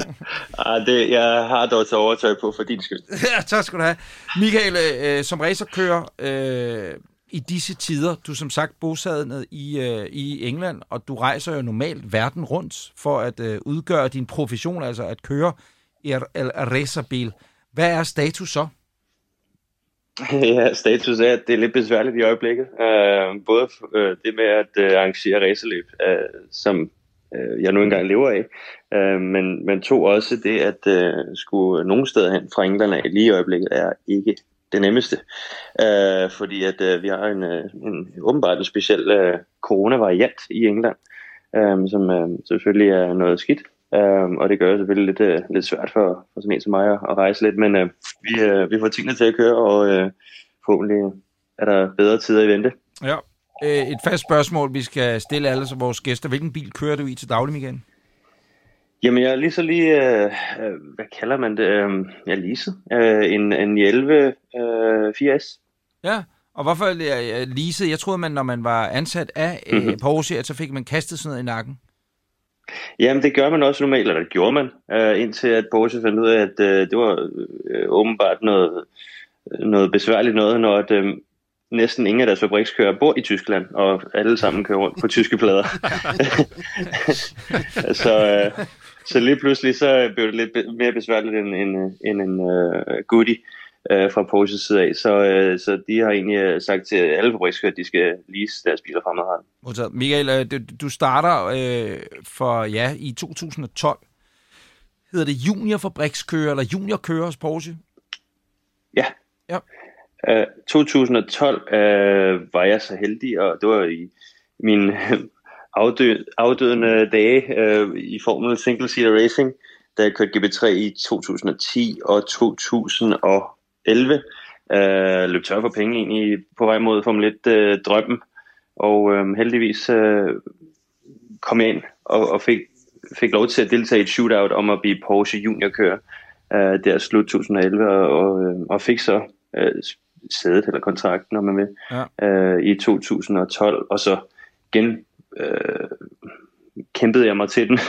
Jeg har dog til overtøj på for din skyld. Ja, tak skal du have. Michael, som racerkører i disse tider, du er som sagt bosat i England, og du rejser jo normalt verden rundt for at udgøre din profession, altså at køre i racerbil. Hvad er status så? Ja, status er, at det er lidt besværligt i øjeblikket. Både det med at arrangere racerløb, som jeg nu engang lever af, men to også det, at skulle nogen steder hen fra England af lige i øjeblikket, er ikke det nemmeste. Fordi at vi har en åbenbart en speciel coronavariant i England, som selvfølgelig er noget skidt. Og det gør det selvfølgelig lidt svært for sådan en som mig at rejse lidt, men vi får tingene til at køre, og forhåbentlig er der bedre tider i vente. Ja. Et fast spørgsmål, vi skal stille alle som vores gæster. Hvilken bil kører du i til daglig, Michael? Jamen, jeg er lige hvad kalder man det? Jeg er leaset. En 11 4S. Ja, og hvorfor leaset? Jeg troede, når man var ansat af Porsche, at så fik man kastet sådan noget i nakken. Jamen, det gør man også normalt, eller det gjorde man, indtil at Porsche fandt ud af, at det var åbenbart noget besværligt noget, når næsten ingen af deres fabrikskører bor i Tyskland, og alle sammen kører rundt på tyske plader. Så lige pludselig så blev det lidt mere besværligt end en goodie fra Porsches side af. Så de har egentlig sagt til alle fabrikskører, at de skal lease deres biler fremadrettet. Michael, du starter i 2012. Hedder det juniorfabrikskører eller juniorkører hos Porsche? Ja. 2012 var jeg så heldig, og det var i min afdødende dage i Formel Single Seater Racing, da jeg kørte GP3 i 2010 og 2011. Løb tør for penge egentlig på vej mod Formel 1 drømmen, og heldigvis kom jeg ind og fik lov til at deltage i et shootout om at blive Porsche juniorkører der slut 2011, og fik så sædet eller kontrakten, om man vil, i 2012, og så kæmpede jeg mig til den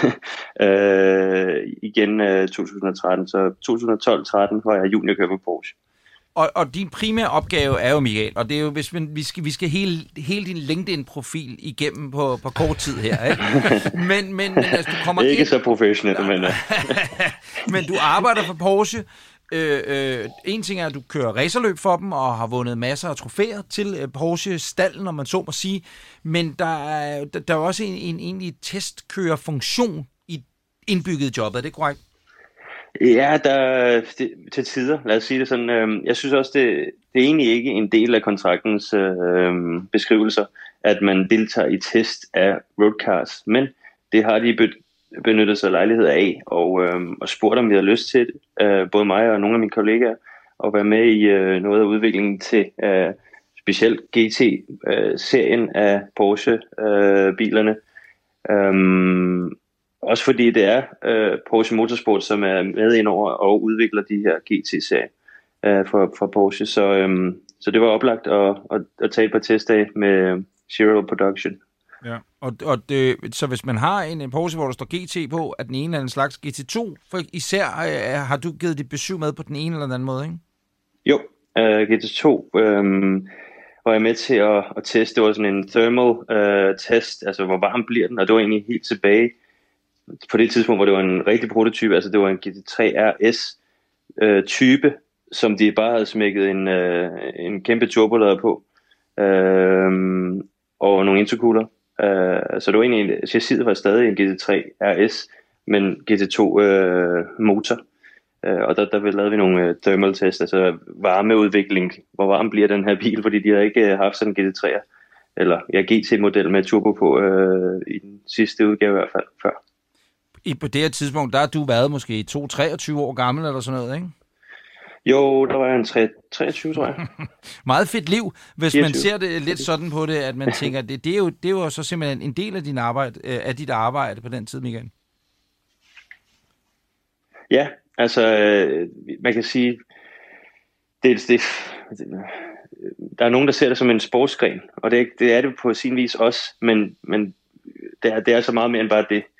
igen 2013. Så 2012-13 var jeg juniorkører på Porsche. Og din primære opgave er jo, Michael, og det er jo, hvis vi skal hele din LinkedIn-profil igennem på kort tid her, ikke? Men altså, du kommer ikke så professionelt, men... Men du arbejder for Porsche. En ting er, at du kører racerløb for dem og har vundet masser af trofæer til Porsche-stallen, om man så må sige. Men der er også en egentlig testkørerfunktion i indbygget job. Er det korrekt? Ja, til tider, lad os sige det sådan. Jeg synes også, det er egentlig ikke en del af kontraktens beskrivelser, at man deltager i test af roadcars, men det har de benyttede sig af lejlighed af, og spurgte, om vi havde lyst til det, både mig og nogle af mine kollegaer, at være med i noget af udviklingen til specielt GT-serien af Porsche-bilerne. Også fordi det er Porsche Motorsport, som er med indover og udvikler de her GT-serier for Porsche. Så det var oplagt at tage et par testdage med Serial Production. Ja, så hvis man har en Porsche, hvor der står GT på, at den ene er en slags GT2, for især har du givet dit besøg med på den ene eller den anden måde, ikke? Jo, GT2 var jeg med til at teste. Det var sådan en thermal test, altså hvor varm bliver den, og det var egentlig helt tilbage på det tidspunkt, hvor det var en rigtig prototype, altså det var en GT3 RS type, som de bare havde smækket en kæmpe turbolader på, og nogle intercooler. Så det var egentlig, chassiset var stadig en GT3 RS, men GT2 motor. Og der lavede vi nogle thermal test, altså varmeudvikling, hvor varm bliver den her bil, fordi de har ikke haft sådan en GT3'er, eller GT-model med turbo på i den sidste udgave i hvert fald før. På det her tidspunkt, der har du været måske 23 år gammel eller sådan noget, ikke? Jo, der var jeg en 23, tror jeg. Meget fedt liv, hvis 24. Man ser det lidt sådan på det, at man tænker, det er jo så simpelthen en del af dit arbejde på den tid, Michael. Ja, altså man kan sige, der er nogen, der ser det som en sportsgren, og det er det på sin vis også, men det er så meget mere end bare det.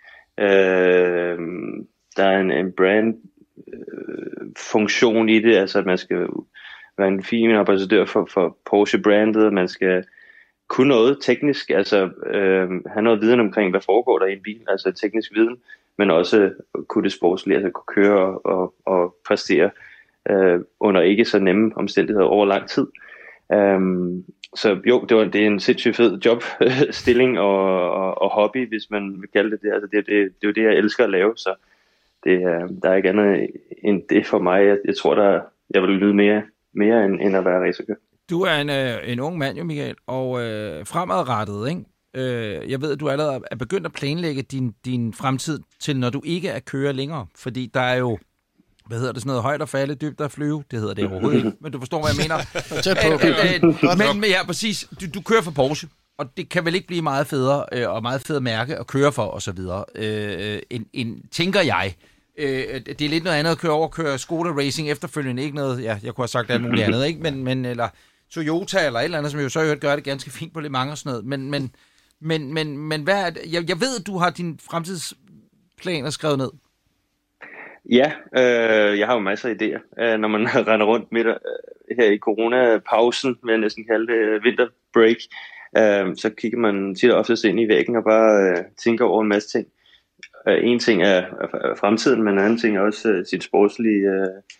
Der er en brand funktion i det, altså at man skal være en fin ambassadør for Porsche-brandet, man skal kunne noget teknisk, altså have noget viden omkring, hvad foregår der i en bil, altså teknisk viden, men også kunne det sportslige, altså kunne køre og præstere under ikke så nemme omstændigheder over lang tid. Så jo, det er en sindssygt fed jobstilling og hobby, hvis man vil kalde det det. Altså det er jo det, jeg elsker at lave, så der er ikke andet end det for mig. Jeg tror, jeg vil lyde mere end at være racerkører. Du er en ung mand jo, Michael, og fremadrettet, ikke? Jeg ved, at du allerede er begyndt at planlægge din fremtid til, når du ikke er kører længere, fordi der er jo, hvad hedder det, sådan noget højt at falde, dybt at flyve, det hedder det overhovedet ikke, men du forstår, hvad jeg mener. Men ja, præcis, du kører for Porsche, og det kan vel ikke blive meget federe og meget federe mærke at køre for, og så videre, tænker jeg. Det er lidt noget andet at køre Skoda Racing efterfølgende, ikke noget, ja, jeg kunne have sagt alt muligt andet, ikke? Men eller Toyota eller et eller andet, som jo så gør det ganske fint på lidt mange og sådan noget, men hvad er det? Jeg ved, at du har dine fremtidsplaner skrevet ned. Ja, jeg har jo masser af idéer, når man render rundt midt her i corona-pausen, vil jeg næsten kalde det vinterbreak, så kigger man tit og oftest ind i væggen og bare tænker over en masse ting. En ting er fremtiden, men en anden ting er også sit sportslige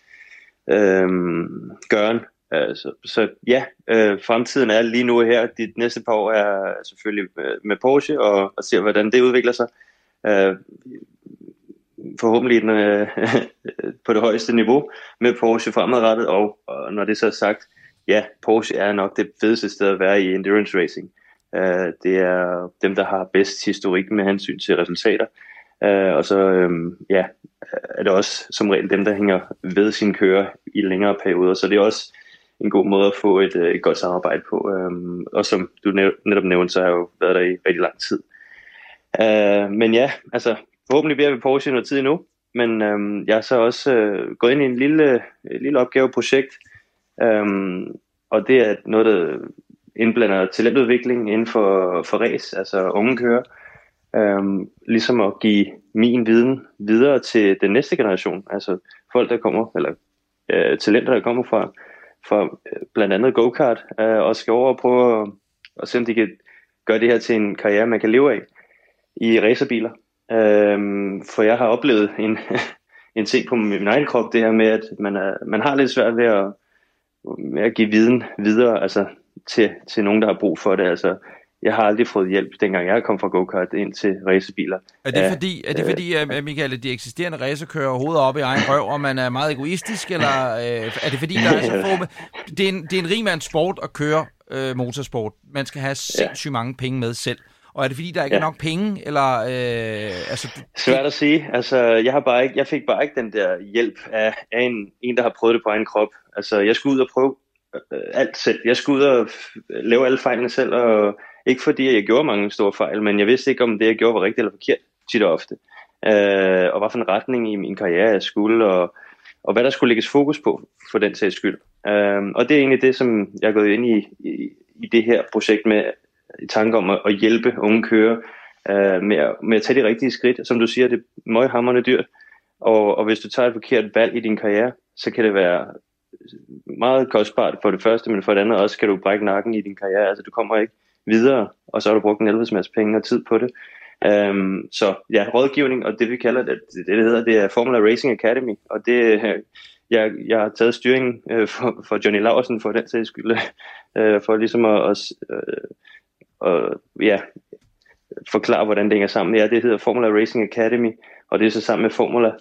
gøren. Så ja, fremtiden er lige nu her. De næste par år er selvfølgelig med Porsche og ser, hvordan det udvikler sig. Forhåbentlig på det højeste niveau med Porsche fremadrettet, og når det så er sagt, ja, Porsche er nok det fedeste sted at være i endurance racing. Det er dem, der har bedst historik med hensyn til resultater, og så er det også som regel dem, der hænger ved sine kører i længere perioder, så det er også en god måde at få et godt samarbejde på, og som du netop nævnte, så har jeg jo været der i rigtig lang tid. Men ja, altså forhåbentlig bliver vi Porsche noget tid endnu, men jeg har så også gået ind i en lille opgaveprojekt, og det er noget, der indblander talentudvikling inden for race, altså unge kører, ligesom at give min viden videre til den næste generation, altså folk, der kommer, eller talenter, der kommer fra blandt andet go-kart, og skal over og prøve at se, om de kan gøre det her til en karriere, man kan leve af i racerbiler. For jeg har oplevet en ting på min egen krop, det her med, at man har lidt svært ved at give viden videre, altså til nogen, der har brug for det. Altså, jeg har aldrig fået hjælp, dengang jeg kom fra go-kart ind til racerbiler. Er det fordi, Michael, at de eksisterende racerkører hovedet op i egen røv, og man er meget egoistisk, eller er det fordi, der er så få... Det er en rigmands sport at køre motorsport. Man skal have sindssygt mange penge med selv. Og er det fordi, der ikke er nok penge? Eller, Svært at sige. Altså, jeg fik bare ikke den der hjælp af en, der har prøvet det på egen krop. Altså, jeg skulle ud og prøve alt selv. Jeg skulle ud og lave alle fejlene selv, og ikke fordi jeg gjorde mange store fejl, men jeg vidste ikke, om det, jeg gjorde, var rigtigt eller forkert, tit og ofte. Og hvad for en retning i min karriere jeg skulle, og hvad der skulle lægges fokus på, for den sags skyld. Og det er egentlig det, som jeg er gået ind i det her projekt med, i tanke om at hjælpe unge kører med at tage de rigtige skridt. Som du siger, det er møghamrende dyrt, og hvis du tager et forkert valg i din karriere, så kan det være meget kostbart for det første, men for det andet også kan du brække nakken i din karriere. Altså du kommer ikke videre, og så har du brugt en helvedes masse penge og tid på det. Så ja, rådgivning, og det vi kalder det er Formula Racing Academy, og det jeg har taget styringen for Johnny Laursen for den sags skyld, for ligesom at forklare, hvordan det hænger sammen. Ja, det hedder Formula Racing Academy, og det er så sammen med Formula,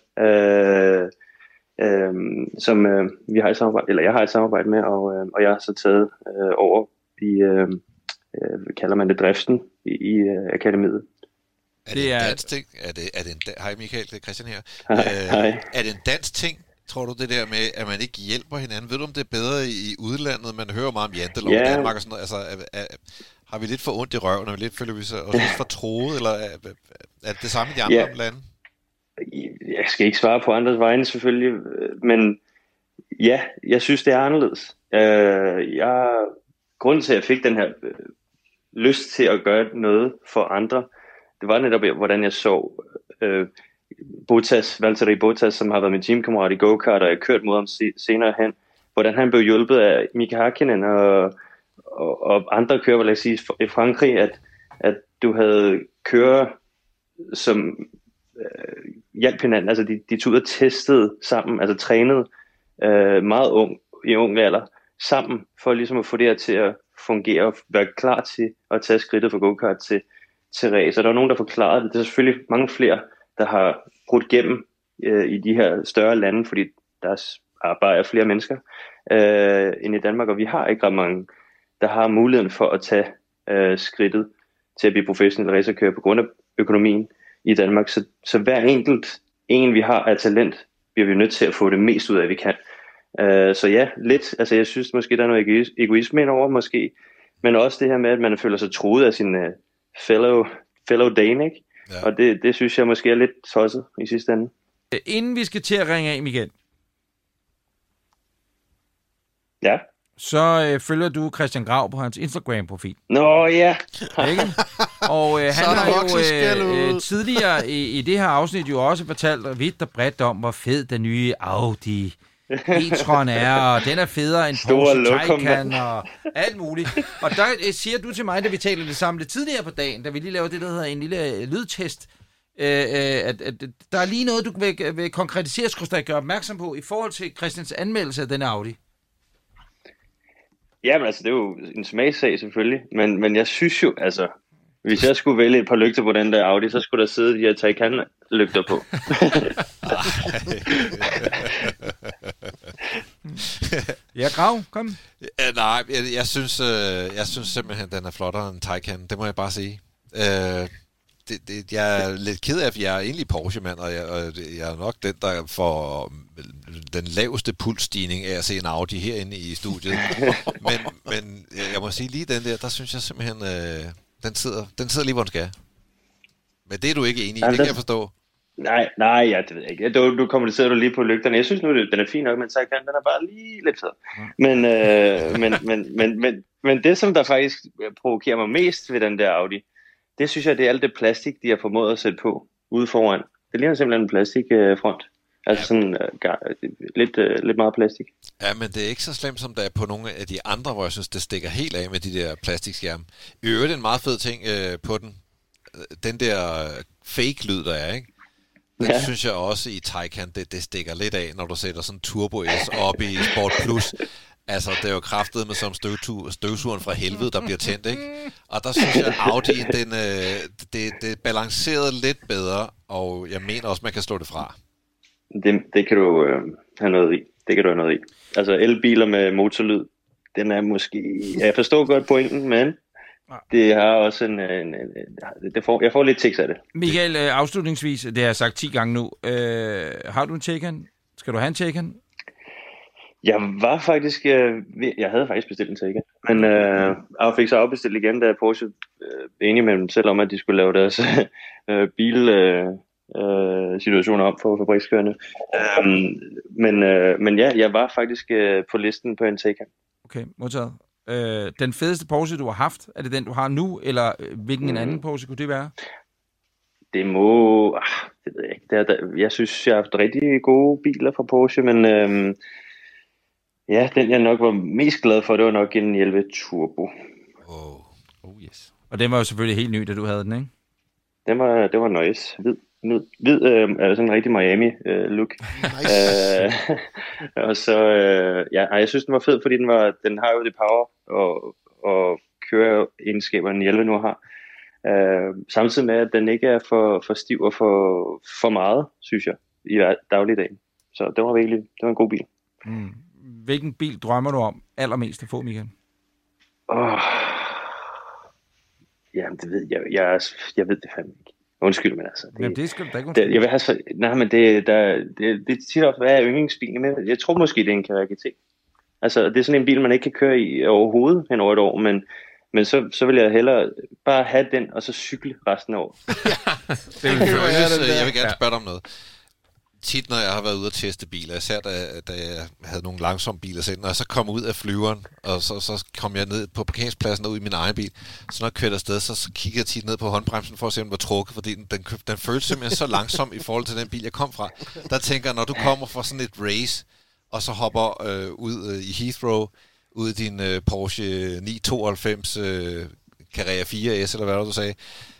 som vi har et samarbejde, eller jeg har et samarbejde med, og jeg har så taget over i, kalder man det, driften i akademiet. Er det en dansk ting? Hej Michael, det er Christian her. Hej. Er det en dansk ting, tror du, det der med, at man ikke hjælper hinanden? Ved du, om det er bedre i udlandet? Man hører meget om jantelov i Danmark og sådan noget. Altså, har vi lidt for ondt i røven, og føler vi os lidt for troet, eller er det samme i de andre lande? Jeg skal ikke svare på andres vegne selvfølgelig, men ja, jeg synes, det er anderledes. Grunden til, at jeg fik den her lyst til at gøre noget for andre, det var netop, hvordan jeg så Valtteri Bottas, som har været min teamkammerat i go-kart, og jeg kørt mod ham senere hen, hvordan han blev hjulpet af Mika Hakkinen og andre kører, lad os sige, i Frankrig, at du havde kører, som hjalp hinanden, altså de tog ud og testede sammen, altså trænede meget i ung alder, sammen, for ligesom at få det her til at fungere, og være klar til at tage skridtet fra go-kart til race. Og der var nogen, der forklarede det. Det er selvfølgelig mange flere, der har brudt gennem i de her større lande, fordi der bare er flere mennesker end i Danmark, og vi har ikke ret mange, der har muligheden for at tage skridtet til at blive professionel racerkører på grund af økonomien i Danmark. Så hver enkelt vi har af talent, bliver vi nødt til at få det mest ud af, vi kan. Så ja, lidt. Altså jeg synes måske, der er noget egoisme indover måske, men også det her med, at man føler sig truet af sin fellow Dane, ikke? Ja. Og det synes jeg måske er lidt tosset i sidste ende. Inden vi skal til at ringe af, Michael. Ja. Så følger du Christian Grav på hans Instagram-profil. Nå ja. Ikke? Og han har jo tidligere i det her afsnit jo også fortalt vidt og bredt om, hvor fed den nye Audi e-tron er, og den er federe end Porsche Taycan og alt muligt. Og der siger du til mig, da vi talte det sammen lidt tidligere på dagen, da vi lige lavede det, der hedder en lille lydtest, at der er lige noget, du vil konkretisere, skulle gøre opmærksom på i forhold til Christians anmeldelse af denne Audi. Jamen altså, det er jo en smagssag selvfølgelig, men jeg synes jo, altså, hvis jeg skulle vælge et par lygter på den der Audi, så skulle der sidde de her Taycan-lygter på. Ja, Grav, kom. Nej, jeg synes simpelthen, den er flottere end Taycan, det må jeg bare sige. Jeg er lidt ked af, at jeg er egentlig Porsche-mand, og jeg er nok den, der får den laveste pulsstigning af at se en Audi herinde i studiet. men jeg må sige lige den der synes jeg simpelthen, den sidder lige, hvor den skal. Men det er du ikke enig i, det kan jeg forstå. Nej, ja, det ved jeg ikke. Du kommunicerer lige på lygterne. Jeg synes nu, den er fin nok, men Taycan, den er bare lige lidt fed. Men det, som der faktisk provokerer mig mest ved den der Audi, det synes jeg, det er alt det plastik, de har formået at sætte på ude foran. Det ligner simpelthen en plastikfront. Altså sådan lidt meget plastik. Ja, men det er ikke så slemt, som der er på nogle af de andre, hvor jeg synes, det stikker helt af med de der plastikskærme. I øvrigt en meget fed ting på den. Den der fake-lyd, der er, ikke? Den synes jeg også i Taycan, det stikker lidt af, når du sætter sådan Turbo S op i Sport Plus. Altså, det er jo kraftet med som støvsugeren fra helvede, der bliver tændt, ikke? Og der synes jeg, Audi'en, det balancerede lidt bedre, og jeg mener også, man kan slå det fra. Det kan du have noget i. Det kan du have noget i. Altså, elbiler med motorlyd, den er måske... Jeg forstår godt pointen, men det har også jeg får lidt tics af det. Michael, afslutningsvis, det har jeg sagt 10 gange nu. Har du en Taycan? Skal du have en Taycan? Jeg var faktisk, jeg havde faktisk bestilt en Taycan, men jeg fik så afbestilt igen, da Porsche enige med dem selv om, at de skulle lave deres situationer om for fabrikskørende. Men ja, jeg var faktisk på listen på en Taycan. Okay, modtaget. Den fedeste Porsche, du har haft, er det den, du har nu, eller hvilken en anden Porsche kunne det være? Det må... det ved jeg ikke. Jeg synes, jeg har haft rigtig gode biler fra Porsche, men ja, den jeg nok var mest glad for, det var nok en 911 Turbo. Oh yes. Og den var jo selvfølgelig helt ny, da du havde den, ikke? Det var nice. Hvid er sådan en rigtig Miami-look. Nice. Og så, jeg synes, den var fed, fordi den har jo det power og køreegenskaber, den 11 nu har. Samtidig med, at den ikke er for stiv og for meget, synes jeg, i dagligdagen. Så det var en god bil. Mm. Hvilken bil drømmer du om allermest at få, Michael? Jamen, det ved jeg ved det fandme ikke. Undskyld, men altså... Jamen, det skal du da ikke jeg vil have så... Nej, men det er tit ofte, hvad er yndlingsbilen med? Jeg tror måske, det er en Carrera GT. Altså, det er sådan en bil, man ikke kan køre i overhovedet hen over et år, men så vil jeg hellere bare have den, og så cykle resten af året. Jeg vil gerne spørge dig om noget. Tit, når jeg har været ude at teste biler, især da jeg havde nogle langsomme biler selv, når jeg så kom ud af flyveren, og så kom jeg ned på parkeringspladsen og ud i min egen bil, så når jeg kørte afsted, så kiggede jeg tit ned på håndbremsen for at se, om den var trukket, fordi den føltes simpelthen så langsom i forhold til den bil, jeg kom fra. Der tænker jeg, når du kommer fra sådan et race, og så hopper ud i Heathrow, ud i din Porsche 992 Carrera 4S, eller hvad du sagde,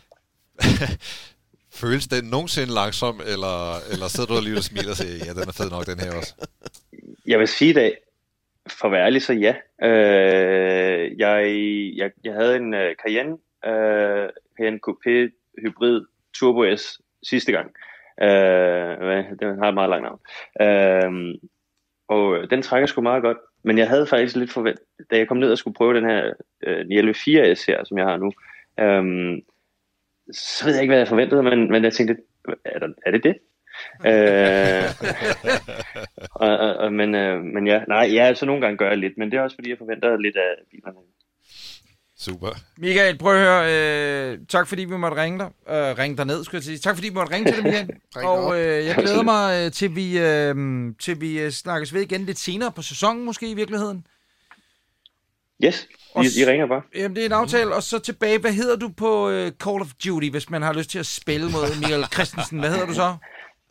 føles den nogensinde langsom, eller sidder du alligevel og smiler og siger, ja, den er fed nok, den her også? Jeg vil sige det, for at være ærlig, så ja. Jeg havde en Cayenne Coupé Hybrid Turbo S sidste gang. Den har et meget langt navn. Og den trækker sgu meget godt. Men jeg havde faktisk lidt forventet, da jeg kom ned og skulle prøve den her 911 4S her, som jeg har nu, så ved jeg ikke, hvad jeg forventede, men jeg tænkte, er det det? Men ja, så nogle gange gør jeg lidt, men det er også fordi, jeg forventer lidt af bilerne. Super. Michael, prøv at høre. Tak fordi vi måtte ringe dig. Ringe dig ned, skulle jeg sige. Tak fordi vi måtte ringe til dig, Michael. Og jeg glæder mig til vi snakkes ved igen lidt senere på sæsonen, måske i virkeligheden. Yes, I ringer bare. Jamen, det er en aftale. Og så tilbage, hvad hedder du på Call of Duty, hvis man har lyst til at spille mod Michael Christensen? Hvad hedder du så?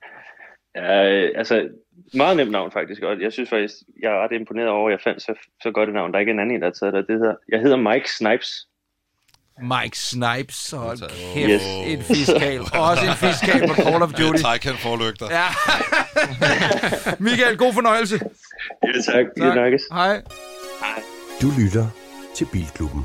Altså, meget nemt navn faktisk. Og jeg synes faktisk, jeg er ret imponeret over, at jeg fandt så godt et navn. Der er ikke en anden, der har taget det. Jeg hedder Mike Snipes. Mike Snipes, hold kæft, yes. En fiskal. Også en fiskal på Call of Duty. Taycan forlygter. Ja. Michael, god fornøjelse. Ja, tak. Hej. Du lytter til Bilklubben.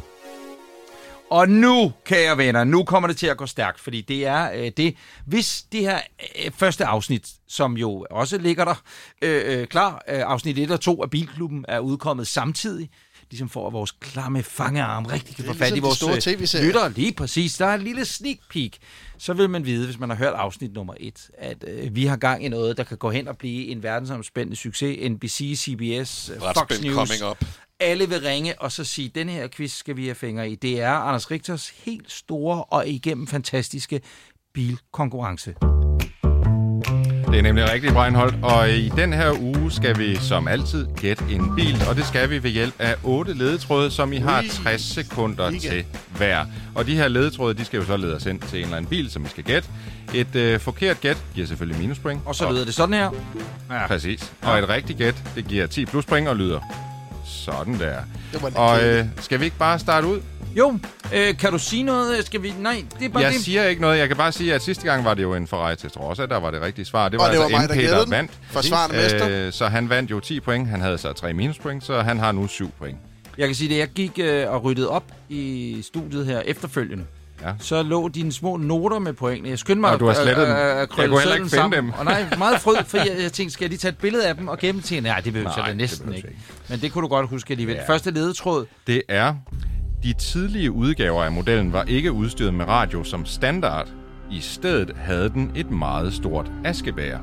Og nu, kære venner, nu kommer det til at gå stærkt, fordi det er det. Hvis det her første afsnit, som jo også ligger der klar, afsnit 1 og 2 af Bilklubben er udkommet samtidig, ligesom for at vores klamme fangearm rigtig kan få fat i vores lyttere. Lige præcis, der er en lille sneak peek. Så vil man vide, hvis man har hørt afsnit nummer 1, at vi har gang i noget, der kan gå hen og blive en verdensomspændende succes. NBC, CBS, Fox News. Alle vil ringe og så sige, den her quiz skal vi have fingre i. Det er Anders Richters helt store og igennem fantastiske bilkonkurrence. Det er nemlig rigtigt, Breinholt. Og i den her uge skal vi som altid gætte en bil, og det skal vi ved hjælp af 8 ledetråde, som I har 60 sekunder til hver. Og de her ledetråde, de skal jo så lede os ind til en eller anden bil, som vi skal gætte. Et forkert gæt giver selvfølgelig minuspoint. Og så lyder det sådan her. Ja. Præcis. Og et rigtigt gæt, det giver 10 pluspoint og lyder sådan der. Og skal vi ikke bare starte ud? Jo, kan du sige noget? Skal vi? Nej, det er bare jeg siger ikke noget. Jeg kan bare sige, at sidste gang var det jo en Ferrari Testarossa, der var det rigtige svar. Det var altså mig, MP, der vandt. Forsvarende mester. Så han vandt jo 10 point. Han havde så 3 minuspoint, så han har nu 7 point. Jeg kan sige det. Jeg gik og ryddede op i studiet her efterfølgende. Ja. Så lå dine små noter med pointene. Jeg skyndte mig du har slettet dem. Jeg kunne heller ikke finde dem. Og nej, meget fryd, for jeg tænkte, skal jeg lige tage et billede af dem og gemme til? Nej, det behøver jeg næsten ikke. Men det kunne du godt huske alligevel. Ja. Første ledetråd. Det er De tidlige udgaver af modellen var ikke udstyret med radio som standard. I stedet havde den et meget stort askebæger.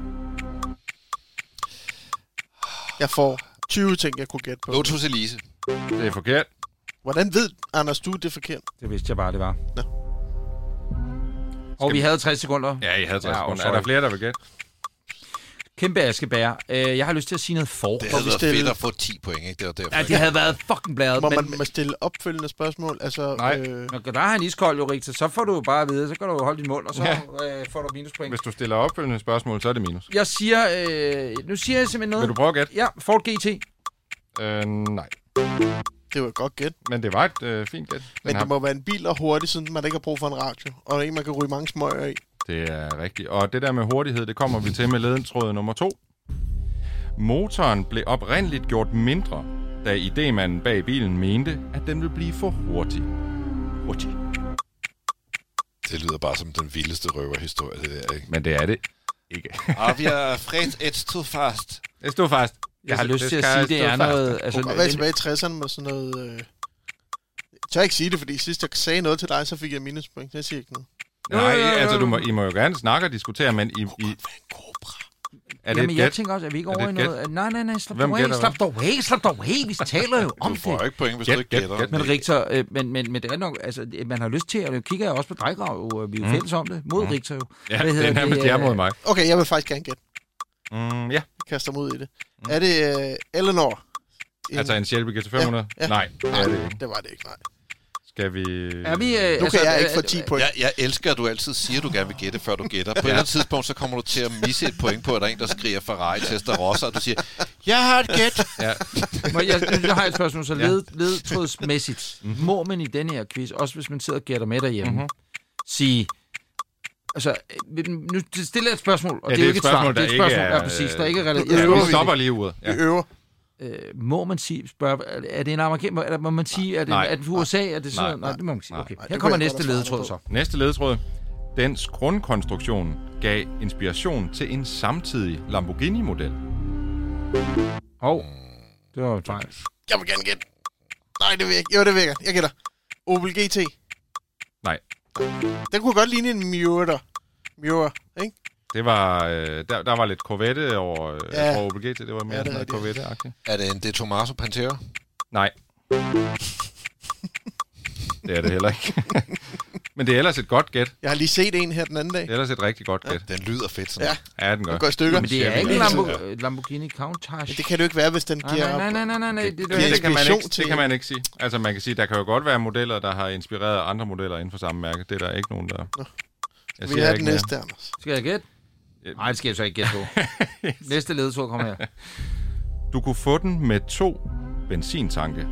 Jeg får 20 ting, jeg kunne gætte på. Lotus Elise. Det er forkert. Hvordan ved Anders, du det er forkert? Det vidste jeg bare, det var. Nå. Og vi havde 60 sekunder. Ja, I havde 60 sekunder. Er sorry. der flere, der vil gætte? Kæmpe askebær. Jeg har lyst til at sige noget for. Det havde været fedt at få 10 point, ikke? Det var derfor. Ja, det havde været fucking blæret. Må man stille opfølgende spørgsmål? Altså, Nej. Når der er en iskold, jo, Richter, så får du jo bare at vide, så kan du jo holde din mund, og så får du minuspoint. Hvis du stiller opfølgende spørgsmål, så er det minus. Jeg siger, nu siger jeg simpelthen noget. Vil du prøve at gætte? Ja, Ford GT. Nej. Det var et godt gæt. Men det var et fint gæt. Men det må være en bil og hurtigt, sådan man ikke har brug for en radio. Og en, man kan ryge mange smøger i. Det er rigtigt. Og det der med hurtighed, det kommer vi til med ledetråd nummer 2. Motoren blev oprindeligt gjort mindre, da idémanden bag bilen mente, at den ville blive for hurtig. Det lyder bare som den vildeste røverhistorie, det der, ikke? Men det er det ikke. Vi er afraid it's too fast. Det stod fast. Jeg har lyst til at sige, det er noget... Altså, kunne være tilbage i 60'erne med sådan noget... Jeg tør ikke sige det, fordi sidst jeg sagde noget til dig, så fik jeg minuspoint. Jeg siger ikke noget. Nej, altså I må jo gerne snakke og diskutere, men I er det Jamen, et jeg gæt? tænker også, at vi ikke over i det et noget... Nej, slap Hvem gætter dog af. Vi taler jo om Du får det. jo ikke point, hvis du ikke gætter. Men Richter, men det er nok... Altså, man har lyst til, og nu kigger jeg også på Drejgrav, vi er jo fælles om det, mod Richter jo. Ja, det er mod mig. Okay, jeg vil faktisk gerne gætte. Ja. Jeg kaster mig ud i det. Er det Eleanor? Altså en Shelby GT500? Ja. Nej, det er det ikke. Det var det ikke, nej. Skal vi... Er vi... Nu kan jeg ikke få 10 point. Jeg elsker, at du altid siger, at du gerne vil gætte, før du gætter. På et eller andet tidspunkt, så kommer du til at misse et point på, at der er en, der skriger Ferrari, Testarossa, og du siger, jeg har et gæt. Ja. Jeg har et spørgsmål, så ledtrådsmæssigt. Må man i denne her quiz, også hvis man sidder og gætter med derhjemme, sige... Altså, nu stiller jeg et spørgsmål, og det er jo ikke et svar. Det er et spørgsmål, ja, præcis. Der er ikke vi stopper lige uret. Vi øver. Må man sige, er det en amerikaner, må man sige, er det USA, er det sådan? Nej, det må man sige. Okay. Her kommer næste ledetråd så. Næste ledetråd. Dens grundkonstruktion gav inspiration til en samtidig Lamborghini-model. Det var fejl. Jeg vil gerne gætte. Nej, det virker. Jo, det virker. Jeg gætter. Opel GT. Nej. Den kunne godt ligne en Miura, ikke? Det var, der var lidt Corvette over Opel GT. Det var mere noget Corvette-agtigt. Er det en De Tomaso Pantera? Nej. Det er det heller ikke. Men det er ellers et godt gæt. Jeg har lige set en her den anden dag. Det er ellers et rigtig godt gæt. Den lyder fedt sådan. Ja, den gør. Den går i stykker. Men det er ikke en Lamborghini Countach. Men det kan det jo ikke være, hvis den giver... Nej. Det kan man ikke sige. Altså, man kan sige, der kan jo godt være modeller, der har inspireret andre modeller inden for samme mærke. Det er der ikke nogen, der... Vi har den næste, Anders. Skal jeg gætte? Nej, det skal jeg så ikke gætte på. Næste ledetråd kommer her. Du kunne få den med 2 benzintanke.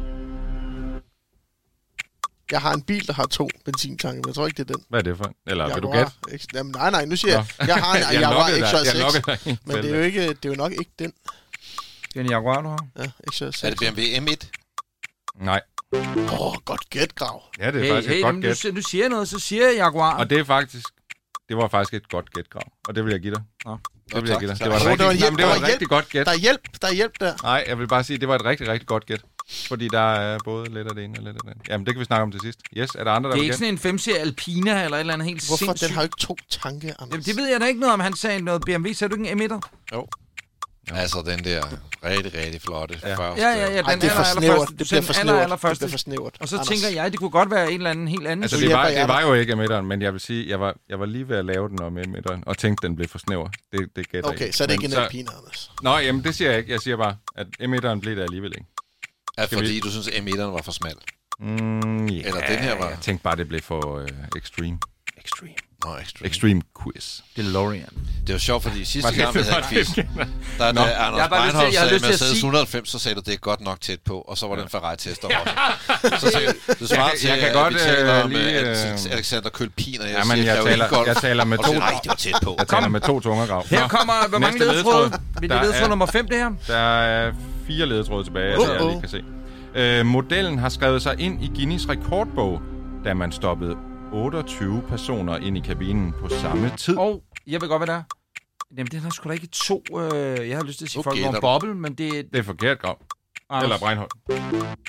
Jeg har en bil, der har 2 benzintanke, men jeg tror ikke, det er den. Hvad er det for? Eller vil du gætte? Jamen, nej, nu siger jeg har en Jaguar XJ6, men det er jo nok ikke den. Det er en Jaguar, du har? Ja, XJ6. Er det BMW M1? Nej. Godt gæt, Grav. Ja, det er faktisk et godt gæt. Du siger noget, så siger jeg Jaguar. Og det var faktisk et godt gæt, Grav. Og det vil jeg give dig. Det vil jeg give dig. Det var et rigtig godt gæt. Der er hjælp der. Nej, jeg vil bare sige, det var et rigtig, rigtig godt gæt. Fordi der er både lidt af det ene og lidt af det andet. Jamen, det kan vi snakke om til sidst. Yes, er der andre, der det er ikke sådan en 5-serie Alpina eller et eller andet helt sindssygt. Hvorfor? Den har jo ikke 2 tanke, Anders. Jamen, det ved jeg da ikke noget om. Han sagde noget BMW. Sagde du ikke en M1'er? Jo. Altså, den der rigtig flotte første. Ja. Den det er for snævert. Det bliver for snævert. Og så tænker jeg, det kunne godt være en eller anden helt anden. Altså, det var jo ikke M1'eren, men jeg vil sige, jeg var lige ved at lave den om M1'eren, og tænkte, den blev for snæver. Det gætter okay, så er det ikke en Alpina, Anders. Nå, jamen, det siger jeg ikke. Jeg siger bare, at M1'eren blev der alligevel ikke. Fordi du synes, M1'eren var for smal? Eller den her var... Jeg tænkte bare, det blev for extreme. Extreme quiz. DeLorean. Det var sjovt, fordi sidste gang, vi havde en quiz, da Anders Breinholt sagde Mercedes 190, så sagde du, det er godt nok tæt på, og så var det en Ferrari Testarossa. Så sagde du svarer til, at vi taler om Alexander Kølpin, og jeg taler med 2. Nej, det var tæt på. Jeg taler med 2 tunger, Grav. Her kommer, hvor mange ledetråde? Det er ledetråd nummer 5, det her. Der er 4 ledetråde tilbage, altså jeg lige kan se. Modellen har skrevet sig ind i Guinness rekordbog, da man stoppede 28 personer ind i kabinen på samme tid. Og jeg ved godt, hvad det er. Jamen, det er sgu da ikke 2... jeg har lyst til at sige folk var en boble, men det... Det er forkert, Grav. Eller Breinholt.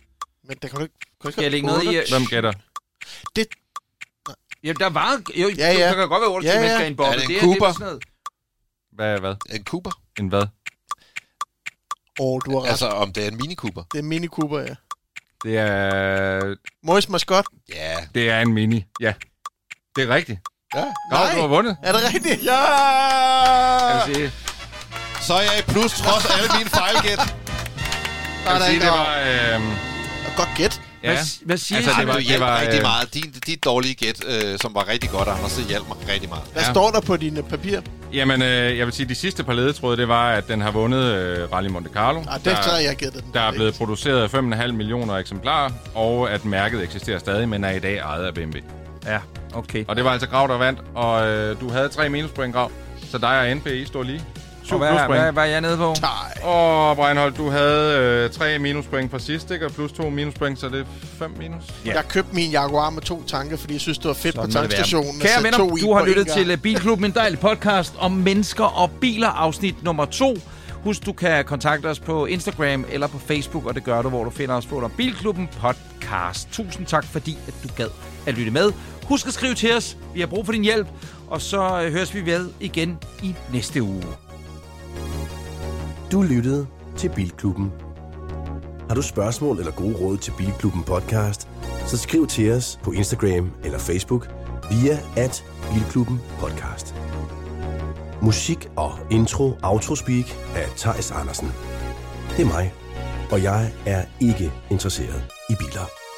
Men der kan du ikke... Skal jeg lægge noget i? Hvem gætter? Det... Ja, der var... Jo, ja. Der kan godt være 28 mennesker i en boble. Er det en Cooper? Hvad? En Cooper? En hvad? Du har ret. Altså, om det er en Mini Cooper? Det er en Mini Cooper, ja. Det er... Morris Mascot? Ja. Det er en Mini, ja. Det er rigtigt. Ja. Nej. Du har vundet. Er det rigtigt? Ja! Jeg vil sige... Så er jeg i plus, trods alle mine fejlgæt. Jeg vil sige, det var... Godt gæt. Ja. Hvad siger Altså, I? det hjalp rigtig meget. Dit dårlige gæt, som var rigtig godt, Anders, det hjalp mig rigtig meget. Hvad står der på dine papir? Jamen, jeg vil sige, de sidste par ledetråde, det var, at den har vundet Rally Monte Carlo. Det har jeg gættet den. Der er blevet produceret 5,5 millioner eksemplarer, og at mærket eksisterer stadig, men er i dag ejet af BMW. Ja, okay. Og det var altså Grav, der vandt, og du havde 3 minuspoint, Grav. Så dig og NPI står lige. 7 hvad var jeg nede på? Og Breinholt, du havde 3 minuspoint fra sidst, ikke? Og plus 2 minuspoint, så det er 5 minus. Ja. Jeg købte min Jaguar med 2 tanker, fordi jeg synes, det var fedt sådan på tankstationen. Kære venner, du har lyttet til Bilklubben, en dejlig podcast om mennesker og biler, afsnit nummer 2. Husk, du kan kontakte os på Instagram eller på Facebook, og det gør du, hvor du finder os på Bilklubben podcast. Tusind tak, fordi at du gad at lytte med. Husk at skrive til os. Vi har brug for din hjælp. Og så høres vi ved igen i næste uge. Du lyttede til Bilklubben. Har du spørgsmål eller gode råd til Bilklubben podcast, så skriv til os på Instagram eller Facebook via @Bilklubben podcast. Musik og intro Autospeak af Theis Andersen. Det er mig, og jeg er ikke interesseret i biler.